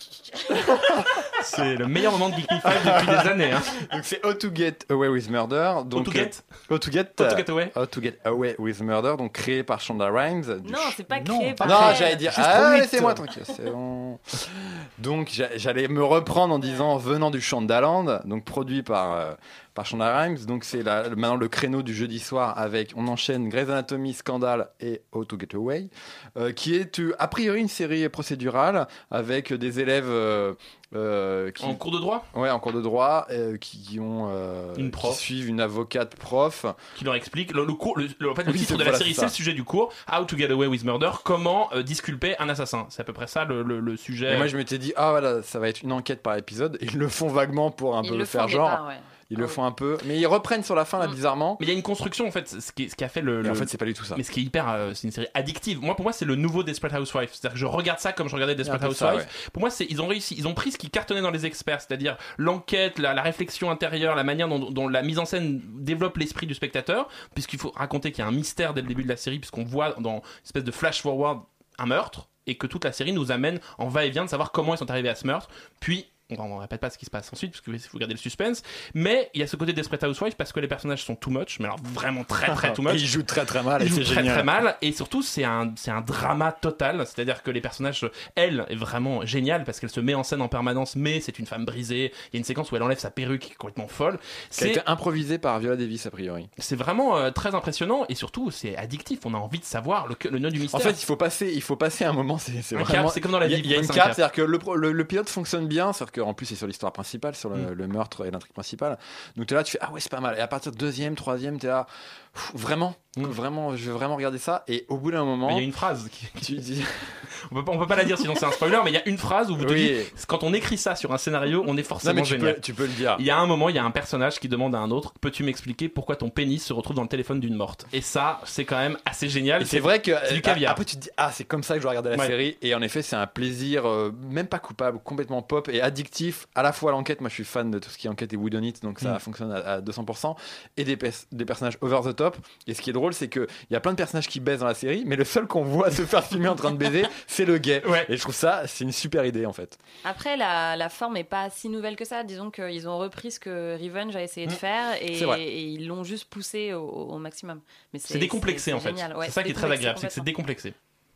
C'est le meilleur moment de Geeky Five depuis des années. Hein. Donc c'est How to Get Away with Murder. Donc, How to get, euh, How to Get, How to get away. How to Get Away with Murder, donc créé par Shonda Rhimes. du Non, ch- c'est pas Non, créé pas par Non, elle. j'allais dire. Juste Ah, trop vite. laissez-moi tranquille. C'est bon. Donc, j'a- j'allais me reprendre en disant venant du Shondaland, donc produit par, euh, par Shonda Rhimes. Donc, c'est la- maintenant le créneau du jeudi soir avec. On enchaîne Grey's Anatomy, Scandal et How to Get Away, euh, qui est euh, a priori une série procédurale avec des élèves. euh, euh, qui, En cours de droit, ouais, en cours de droit, euh, qui, qui ont euh, Une prof. qui suivent une avocate prof. qui leur explique le, le cours. Le, le- en fait, le Oui, titre c'est- de la voilà, série, c'est c'est ça. le sujet du cours. How to get away with murder. Comment euh, disculper un assassin. C'est à peu près ça le, le, le sujet. Et moi, je m'étais dit, ah voilà, ça va être une enquête par épisode. Ils le font vaguement pour un Ils peu le faire font au genre. départ, ouais. Ils Ah le oui. font un peu, mais ils reprennent sur la fin là Mm. bizarrement. Mais il y a une construction en fait, ce qui, ce qui a fait le. Et le- en fait, c'est pas du tout ça. mais ce qui est hyper, euh, c'est une série addictive. Moi, pour moi, c'est le nouveau Desperate Housewives. C'est-à-dire que je regarde ça comme je regardais Desperate Un peu ça, Housewives. Pour moi, c'est ils ont réussi, ils ont pris ce qui cartonnait dans les experts, c'est-à-dire l'enquête, la, la réflexion intérieure, la manière dont, dont la mise en scène développe l'esprit du spectateur, puisqu'il faut raconter qu'il y a un mystère dès le début de la série, puisqu'on voit dans une espèce de flash forward un meurtre, et que toute la série nous amène en va-et-vient de savoir comment ils sont arrivés à ce meurtre, puis on ne répète pas ce qui se passe ensuite, parce qu'il faut garder le suspense, mais il y a ce côté Desperate Housewives parce que les personnages sont too much, mais alors vraiment très très too Et much. ils jouent très très mal. Ils et jouent c'est très génial. très mal, et surtout c'est un, c'est un drama total, c'est-à-dire que les personnages, elle est vraiment géniale parce qu'elle se met en scène en permanence, mais c'est une femme brisée. Il y a une séquence où elle enlève sa perruque qui est complètement folle. Qui a C'est, été improvisé par Viola Davis a priori. c'est vraiment euh, très impressionnant, et surtout c'est addictif. On a envie de savoir le, le nœud du mystère. En fait, il faut passer, il faut passer un moment. C'est c'est un vraiment. cap, c'est comme dans la Il y a, vie. il y a faut une passer un cape, c'est-à-dire que le, pro- le, le pilote fonctionne bien, c'est-à-dire qu'en plus c'est sur l'histoire principale, sur le, Mm. le meurtre et l'intrigue principale. Donc t'es là, tu fais ah ouais c'est pas mal. Et à partir de deuxième, troisième, t'es là, pff, vraiment, Mm. vraiment, je vais vraiment regarder ça. Et au bout d'un moment, Mais il y a une phrase qui, tu dis, on, peut pas, on peut pas la dire sinon c'est un spoiler, mais il y a une phrase où vous te Oui. dites, quand on écrit ça sur un scénario, on est non forcément mais tu génial. peux, tu peux le dire. Il y a un moment, il y a un personnage qui demande à un autre, peux-tu m'expliquer pourquoi ton pénis se retrouve dans le téléphone d'une morte? Et ça, c'est quand même assez génial. Et c'est vrai que c'est du euh, caviar. après tu te dis ah c'est comme ça que je dois regarder la Ouais. série et en effet c'est un plaisir euh, même pas coupable, complètement pop et addictif à la fois à l'enquête. Moi je suis fan de tout ce qui est enquête et whodunit donc ça Mm. fonctionne à, à deux cents pour cent et des, pers- des personnages over the top. Et ce qui est drôle c'est que il y a plein de personnages qui baisent dans la série mais le seul qu'on voit se faire filmer en train de baiser c'est le gay. Ouais. Et je trouve ça c'est une super idée en fait. Après, la, la forme est pas si nouvelle que ça. Disons qu'ils ont repris ce que Revenge a essayé de Mm. faire et, C'est vrai. et ils l'ont juste poussé au, au maximum. Mais C'est décomplexé c'est en fait. génial. Ouais, c'est ça qui est très décomplexé agréable, c'est que c'est complètement. décomplexé.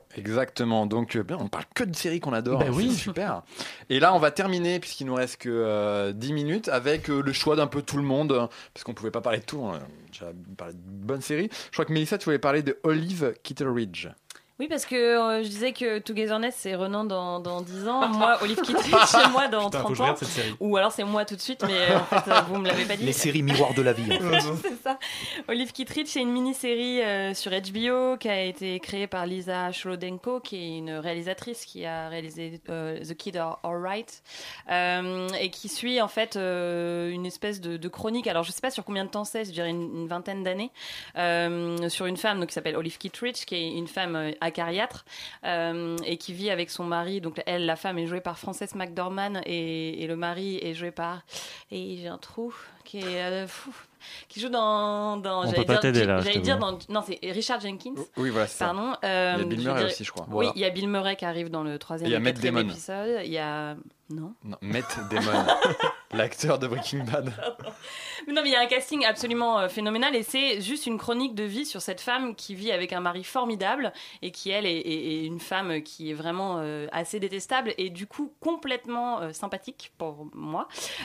Exactement, donc euh, bien, on parle que de séries qu'on adore, Ben oui. c'est super. Et là on va terminer, puisqu'il nous reste que euh, dix minutes, avec euh, le choix d'un peu tout le monde, hein, parce qu'on pouvait pas parler de tout, hein. J'ai parlé de bonnes séries. Je crois que Mélissa, tu voulais parler de Olive Kitteridge. Oui, parce que euh, je disais que Togetherness, c'est Renan dans, dans dix ans. Moi, Olive Kitteridge, c'est moi dans Putain, faut que trente je ans. regarde cette série. Ou alors c'est moi tout de suite, mais en fait, euh, vous me l'avez pas dit. Les séries miroirs de la vie. En fait. C'est ça. Olive Kitteridge, c'est une mini-série euh, sur H B O qui a été créée par Lisa Cholodenko, qui est une réalisatrice qui a réalisé euh, The Kid Are Alright, euh, et qui suit en fait euh, une espèce de, de chronique. Alors je sais pas sur combien de temps c'est, je dirais une, une vingtaine d'années, euh, sur une femme donc, qui s'appelle Olive Kitteridge, qui est une femme euh, acariâtre. Euh, et qui vit avec son mari. Donc elle, la femme est jouée par Frances McDormand et, et le mari est joué par, et j'ai un trou qui est euh, fou, qui joue dans, dans On j'allais peut pas dire, t'aider, là, j'allais je dire t'avoue. dans, non c'est Richard Jenkins. Oui, voilà, c'est ça. Pardon. Euh, Il y a Bill je Murray dirais- aussi, je crois. Oui, il y a Bill Murray qui arrive dans le troisième Et il y a et Matt quatrième Damon. épisode. Il y a non. Non, Matt Damon, l'acteur de Breaking Bad. Mais non, mais il y a un casting absolument euh, phénoménal et c'est juste une chronique de vie sur cette femme qui vit avec un mari formidable et qui, elle, est, est- est une femme qui est vraiment euh, assez détestable et du coup complètement euh, sympathique pour moi.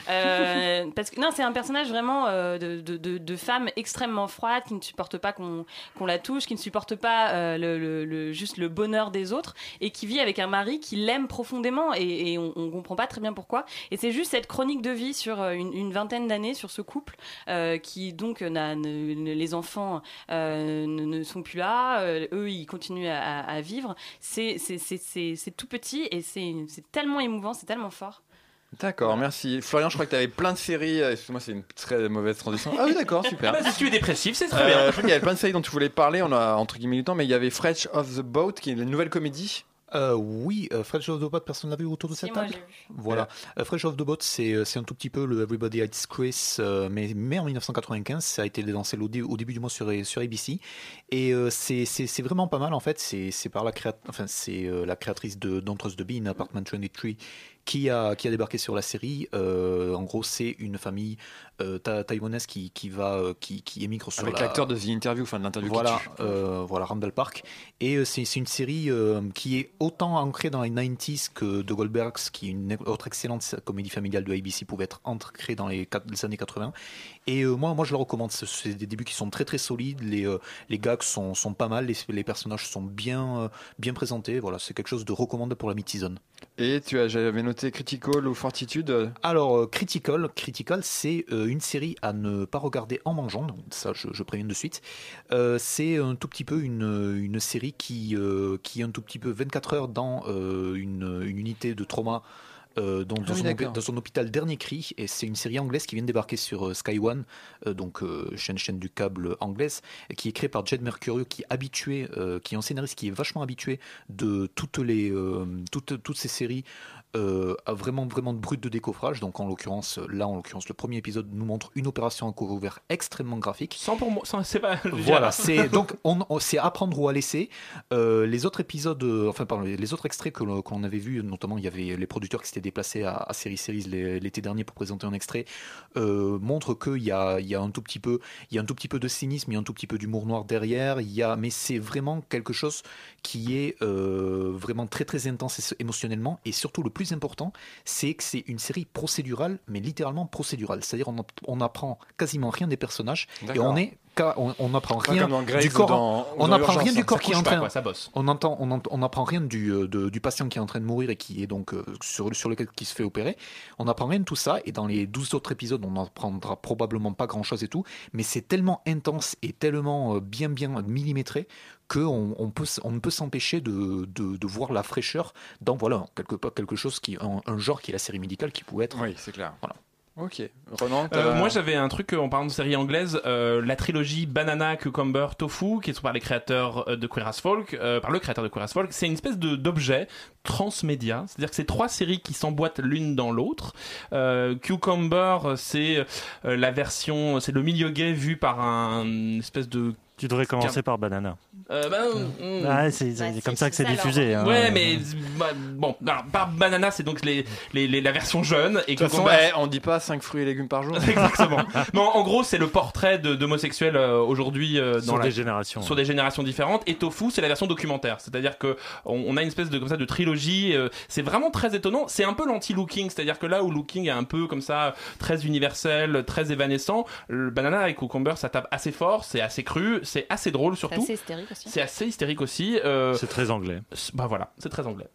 Euh, parce que non, c'est un personnage vraiment euh, de, de, de, de femme extrêmement froide qui ne supporte pas qu'on, qu'on la touche, qui ne supporte pas euh, le, le, le- juste le bonheur des autres et qui vit avec un mari qui l'aime profondément et, et on, on comprend pas très bien pourquoi. Et c'est juste cette chronique de vie sur euh, une, une vingtaine d'années sur ce couple euh, qui donc n'a, ne, ne- les enfants euh, ne, ne sont plus là, euh, eux ils continuent à, à vivre. C'est, c'est, c'est, c'est, c'est tout petit et c'est, c'est tellement émouvant, c'est tellement fort. D'accord, merci. Florian, je crois que tu avais plein de séries. euh, Excuse-moi, c'est une très mauvaise transition. Ah oui, d'accord, super. Bah, si tu es dépressif, c'est très Euh, bien. je crois qu'il y avait plein de séries dont tu voulais parler. On a entre guillemets le temps, mais il y avait Fresh Off the Boat, qui est une nouvelle comédie. Euh, oui, euh, Fresh Off the Boat, personne l'a vu autour de Si, cette moi, table. j'ai vu. Voilà. Euh, Fresh Off the Boat, c'est, euh, c'est un tout petit peu le Everybody Hates Chris, euh, mais, mais en dix-neuf cent quatre-vingt-quinze, ça a été lancé au, dé- au début du mois sur, sur A B C. Et euh, c'est, c'est, c'est vraiment pas mal en fait. C'est, c'est par la, créa- enfin, c'est, euh, la créatrice de Don't Trust the Bee in Apartment vingt-trois qui a, qui a débarqué sur la série. Euh, en gros, c'est une famille euh, ta- taïwanaise qui, qui, va, euh, qui, qui émigre sur Avec la... l'acteur de The Interview, enfin de l'interview Voilà, qui tue. euh, voilà, Randall Park. Et euh, c'est, c'est une série euh, qui est autant ancrée dans les quatre-vingt-dix que The Goldbergs, qui est une autre excellente comédie familiale de A B C, pouvait être ancrée dans les, quatre- les années quatre-vingts. Et euh, moi, moi, je le recommande. C'est, c'est des débuts qui sont très très solides. Les, euh, les gags sont, sont pas mal. Les, les personnages sont bien, euh, bien présentés. Voilà, c'est quelque chose de recommandé pour la mid-season. Et tu as, j'avais noté Critical ou Fortitude. Alors, euh, Critical, Critical, c'est euh, une série à ne pas regarder en mangeant, donc ça je, je préviens de suite. Euh, c'est un tout petit peu une, une série qui, euh, qui est un tout petit peu vingt-quatre heures dans euh, une, une unité de trauma. Euh, donc Ah dans, oui, son, d'accord. dans son hôpital Dernier Cri, et c'est une série anglaise qui vient de débarquer sur euh, Sky One, euh, donc euh, chaîne chaîne du câble anglaise, et qui est créée par Jed Mercurio, qui est habitué, euh, qui est un scénariste qui est vachement habitué de toutes les euh, toutes toutes ces séries. Euh, à vraiment vraiment de brut de décoffrage. Donc en l'occurrence là en l'occurrence le premier épisode nous montre une opération à couvert extrêmement graphique. Sans pour moi, sans- c'est pas. Voilà, c'est donc on, on- c'est à prendre ou à laisser. Euh, les autres épisodes, euh, enfin pardon, les autres extraits que l'on, qu'on avait vus, notamment il y avait les producteurs qui s'étaient déplacés à, à Série Series les- l'été dernier pour présenter un extrait, euh, montrent qu'il y a il y a un tout petit peu il y a un tout petit peu de cynisme, il y a un tout petit peu d'humour noir derrière. Il y a mais c'est vraiment quelque chose qui est euh, vraiment très très intense émotionnellement et surtout le plus important, c'est que c'est une série procédurale, mais littéralement procédurale. C'est-à-dire on, on apprend quasiment rien des personnages et D'accord. on est on, on apprend Pas rien comme dans Grey's du corps. ou dans- on ou dans apprend rien Urgence, du hein. corps Ça qui est en couche pas, train. quoi, ça bosse. On entend, on, ent- on apprend rien du, euh, de- du patient qui est en train de mourir et qui est donc euh, sur, sur lequel qui se fait opérer. On apprend rien de tout ça et dans les douze autres épisodes, on n'apprendra probablement pas grand-chose et tout. Mais c'est tellement intense et tellement euh, bien bien millimétré qu'on on peut, on ne peut s'empêcher de, de, de voir la fraîcheur dans voilà quelque part quelque chose qui un, un genre qui est la série médicale qui pouvait être. Oui, c'est clair. Voilà. Ok. Ronan, Euh, t'as- moi j'avais un truc euh, en parlant de série anglaise, euh, la trilogie Banana, Cucumber, Tofu, qui est par les créateurs euh, de Queer as Folk, euh, par le créateur de Queer as Folk. C'est une espèce de d'objet transmédia, c'est-à-dire que c'est trois séries qui s'emboîtent l'une dans l'autre. Euh, Cucumber, c'est euh, la version, c'est le milieu gay vu par un une espèce de Tu devrais commencer par Banana. Euh, bah, mm, Ouais, c'est, c'est Bah, comme c'est- ça que c'est c'est ça, diffusé. alors. hein. Ouais, mais bah, bon, alors, par Banana, c'est donc les, les, les- la version jeune. Et De toute façon, Cucumber- eh, on dit pas cinq fruits et légumes par jour. Exactement. Mais en, en gros, c'est le portrait de, d'homosexuels euh, aujourd'hui euh, dans Sur la, des générations. sur des générations différentes. Et Tofu, c'est la version documentaire. C'est-à-dire que on, on a une espèce de comme ça de trilogie. euh, c'est vraiment très étonnant. C'est un peu l'anti-Looking, c'est-à-dire que là où Looking est un peu comme ça très universel, très évanescent, le Banana et Cucumber, ça tape assez fort, c'est assez cru, c'est assez drôle C'est surtout. assez hystérique aussi. C'est assez hystérique aussi. Euh, C'est très anglais. bah voilà, c'est très anglais.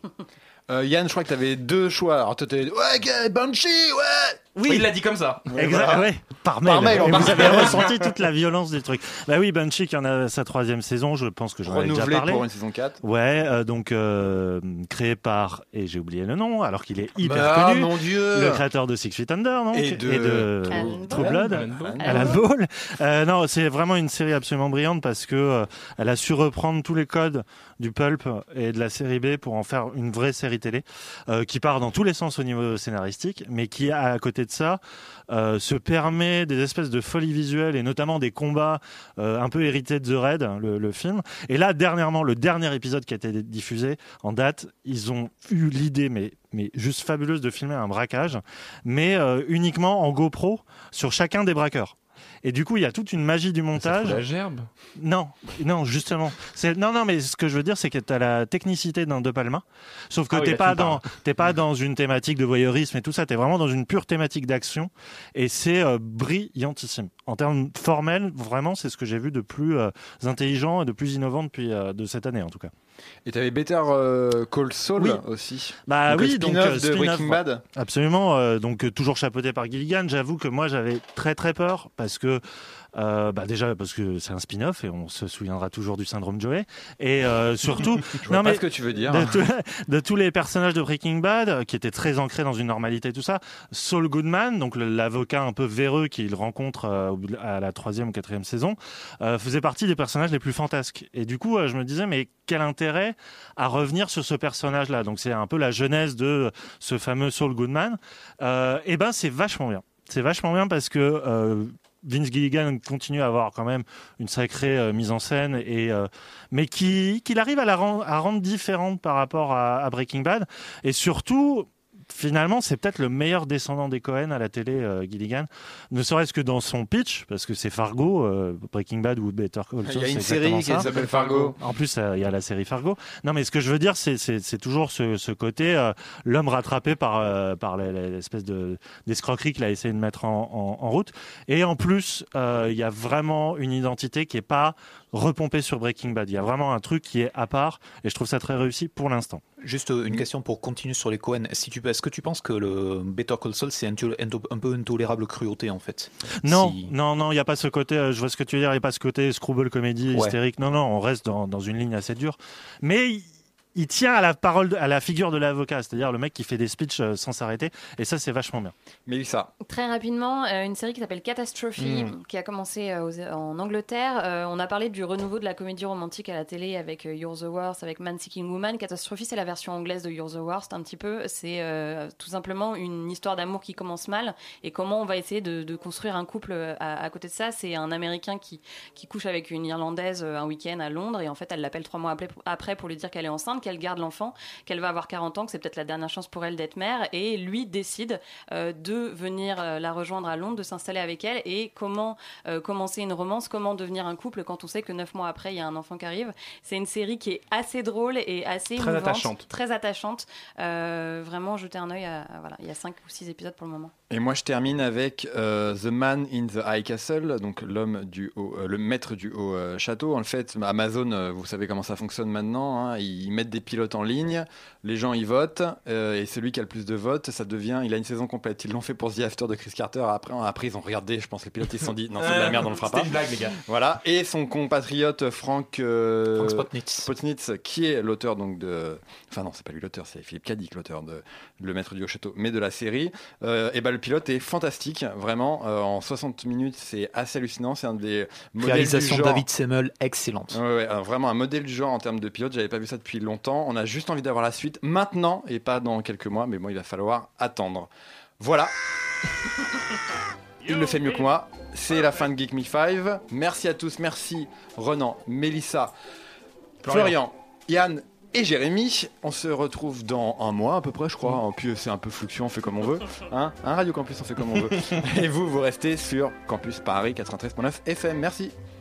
Euh, Yann, je crois que t'avais deux choix. Alors, toi, t'es ouais, okay, Banshee, ouais. Oui. Il l'a dit comme ça. Exact, voilà. ouais, par mail. Par mail, en Et par vous mail. avez ressenti toute la violence des trucs. Bah oui, Banshee qui en a sa troisième saison, je pense que j'en avais déjà Renouvelé parlé. pour une saison quatre. Ouais, euh, donc euh, créé par, et j'ai oublié le nom, alors qu'il est hyper Bah, connu, mon Dieu. le créateur de Six Feet Under, donc, Et de- Alan True Ball. Blood. Alan Ball. Alan Ball. Euh, non, c'est vraiment une série absolument brillante parce que euh, elle a su reprendre tous les codes du pulp et de la série B pour en faire une vraie série télé euh, qui part dans tous les sens au niveau scénaristique, mais qui à côté de ça euh, se permet des espèces de folies visuelles et notamment des combats euh, un peu hérités de The Raid, le, le film. Et là, dernièrement, le dernier épisode qui a été diffusé en date, ils ont eu l'idée, mais mais juste fabuleuse, de filmer un braquage, mais euh, uniquement en GoPro sur chacun des braqueurs. Et du coup, il y a toute une magie du montage. La gerbe. Non, non, justement. C'est, non, non, mais ce que je veux dire, c'est que tu as la technicité d'un De Palma, sauf que Ah oui, t'es là, pas tu me dans, t'es pas dans une thématique de voyeurisme et tout ça. T'es vraiment dans une pure thématique d'action, et c'est euh, brillantissime. En termes formels, vraiment, c'est ce que j'ai vu de plus euh, intelligent et de plus innovant depuis euh, de cette année, en tout cas. Et t'avais Better euh, Call Saul Oui. aussi. Bah donc, le oui, donc spin-off euh, de spin-off, Breaking Bad. Absolument, euh, donc euh, toujours chapeauté par Gilligan. J'avoue que moi j'avais très très peur parce que euh, bah déjà parce que c'est un spin-off et on se souviendra toujours du syndrome Joey, et euh, surtout Je vois pas ce que tu veux dire. de, tout- de tous les personnages de Breaking Bad euh, qui étaient très ancrés dans une normalité, tout ça. Saul Goodman, donc le- l'avocat un peu véreux qu'il rencontre euh, au bout de- à la troisième ou quatrième saison, euh, faisait partie des personnages les plus fantasques. Et du coup, euh, je me disais, mais quel intérêt à revenir sur ce personnage-là. Donc c'est un peu la genèse de ce fameux Saul Goodman. Euh, et ben c'est vachement bien. C'est vachement bien parce que euh, Vince Gilligan continue à avoir quand même une sacrée euh, mise en scène, et euh, mais qui qu'il arrive à la rend- à rendre différente par rapport à, à Breaking Bad, et surtout. Finalement, c'est peut-être le meilleur descendant des Coen à la télé, euh, Gilligan. Ne serait-ce que dans son pitch, parce que c'est Fargo, euh, Breaking Bad ou Better Call Saul. Il y a une c'est série exactement qui ça. s'appelle Fargo. En plus, euh, il y a la série Fargo. Non, mais ce que je veux dire, c'est, c'est, c'est toujours ce, ce côté euh, l'homme rattrapé par, euh, par la- la- l'espèce de, d'escroquerie qu'il a essayé de mettre en, en, en route. Et en plus, euh, il y a vraiment une identité qui est pas repompée sur Breaking Bad. Il y a vraiment un truc qui est à part, et je trouve ça très réussi pour l'instant. Juste euh, une question pour continuer sur les Coen. Si tu, est-ce que tu penses que le Better Call Saul, c'est un, un peu intolérable cruauté en fait? Non, Si- non, non, il n'y a pas ce côté, euh, je vois ce que tu veux dire, il n'y a pas ce côté screwball comédie Ouais. hystérique. Non, non, on reste dans, dans une ligne assez dure. Mais il, il tient à la parole, de- à la figure de l'avocat, c'est-à-dire le mec qui fait des speeches euh, sans s'arrêter. Et ça, c'est vachement bien. Mélissa. Très rapidement, euh, une série qui s'appelle Catastrophe, Mm. qui a commencé euh, aux- en Angleterre. Euh, on a parlé du renouveau de la comédie romantique à la télé avec euh, You're the Worst, avec Man Seeking Woman. Catastrophe, c'est la version anglaise de You're the Worst, un petit peu. C'est euh, tout simplement une histoire d'amour qui commence mal, et comment on va essayer de, de construire un couple euh, à, à côté de ça. C'est un Américain qui, qui couche avec une Irlandaise euh, un week-end à Londres, et en fait, elle l'appelle trois mois après, après pour lui dire qu'elle est enceinte, qu'elle garde l'enfant, qu'elle va avoir quarante ans, que c'est peut-être la dernière chance pour elle d'être mère, et lui décide euh, de venir euh, la rejoindre à Londres, de s'installer avec elle, et comment euh, commencer une romance, comment devenir un couple quand on sait que neuf mois après il y a un enfant qui arrive. C'est une série qui est assez drôle et assez Très émouvante, attachante. très attachante. Euh, vraiment jeter un œil à, à- voilà, il y a cinq ou six épisodes pour le moment. Et moi, je termine avec euh, The Man in the High Castle, donc l'homme du haut, euh, le maître du haut euh, château. En fait, Amazon, euh, vous savez comment ça fonctionne maintenant. Hein, ils mettent des pilotes en ligne, les gens y votent, euh, et celui qui a le plus de votes, ça devient. Il a une saison complète. Ils l'ont fait pour The After de Chris Carter. Après, après, ils ont regardé. Je pense les pilotes, ils se sont dit non, c'est de la merde, on le fera pas. C'était une blague, les gars. Voilà. Et son compatriote Frank, euh, Frank Spotnitz. Spotnitz, qui est l'auteur donc de. Enfin non, c'est pas lui l'auteur, c'est Philippe Cadic, l'auteur de Le Maître du Haut Château, mais de la série. Euh, et ben le pilote est fantastique, vraiment. Euh, en soixante minutes, c'est assez hallucinant. C'est un des modèles Réalisation du genre. David Semmel, excellente. Ouais, ouais, euh, vraiment un modèle du genre en termes de pilote. J'avais pas vu ça depuis longtemps. On a juste envie d'avoir la suite maintenant et pas dans quelques mois. Mais bon, il va falloir attendre. Voilà. Il le fait mieux que moi. C'est la fin de Geek Me cinq. Merci à tous. Merci Renan, Mélissa, Florian, Yann et Jérémy. On se retrouve dans un mois à peu près, je crois. En plus, c'est un peu fluctuant, on fait comme on veut. Hein, un Radio Campus, on fait comme on veut. Et vous, vous restez sur Campus Paris quatre-vingt-treize neuf F M. Merci.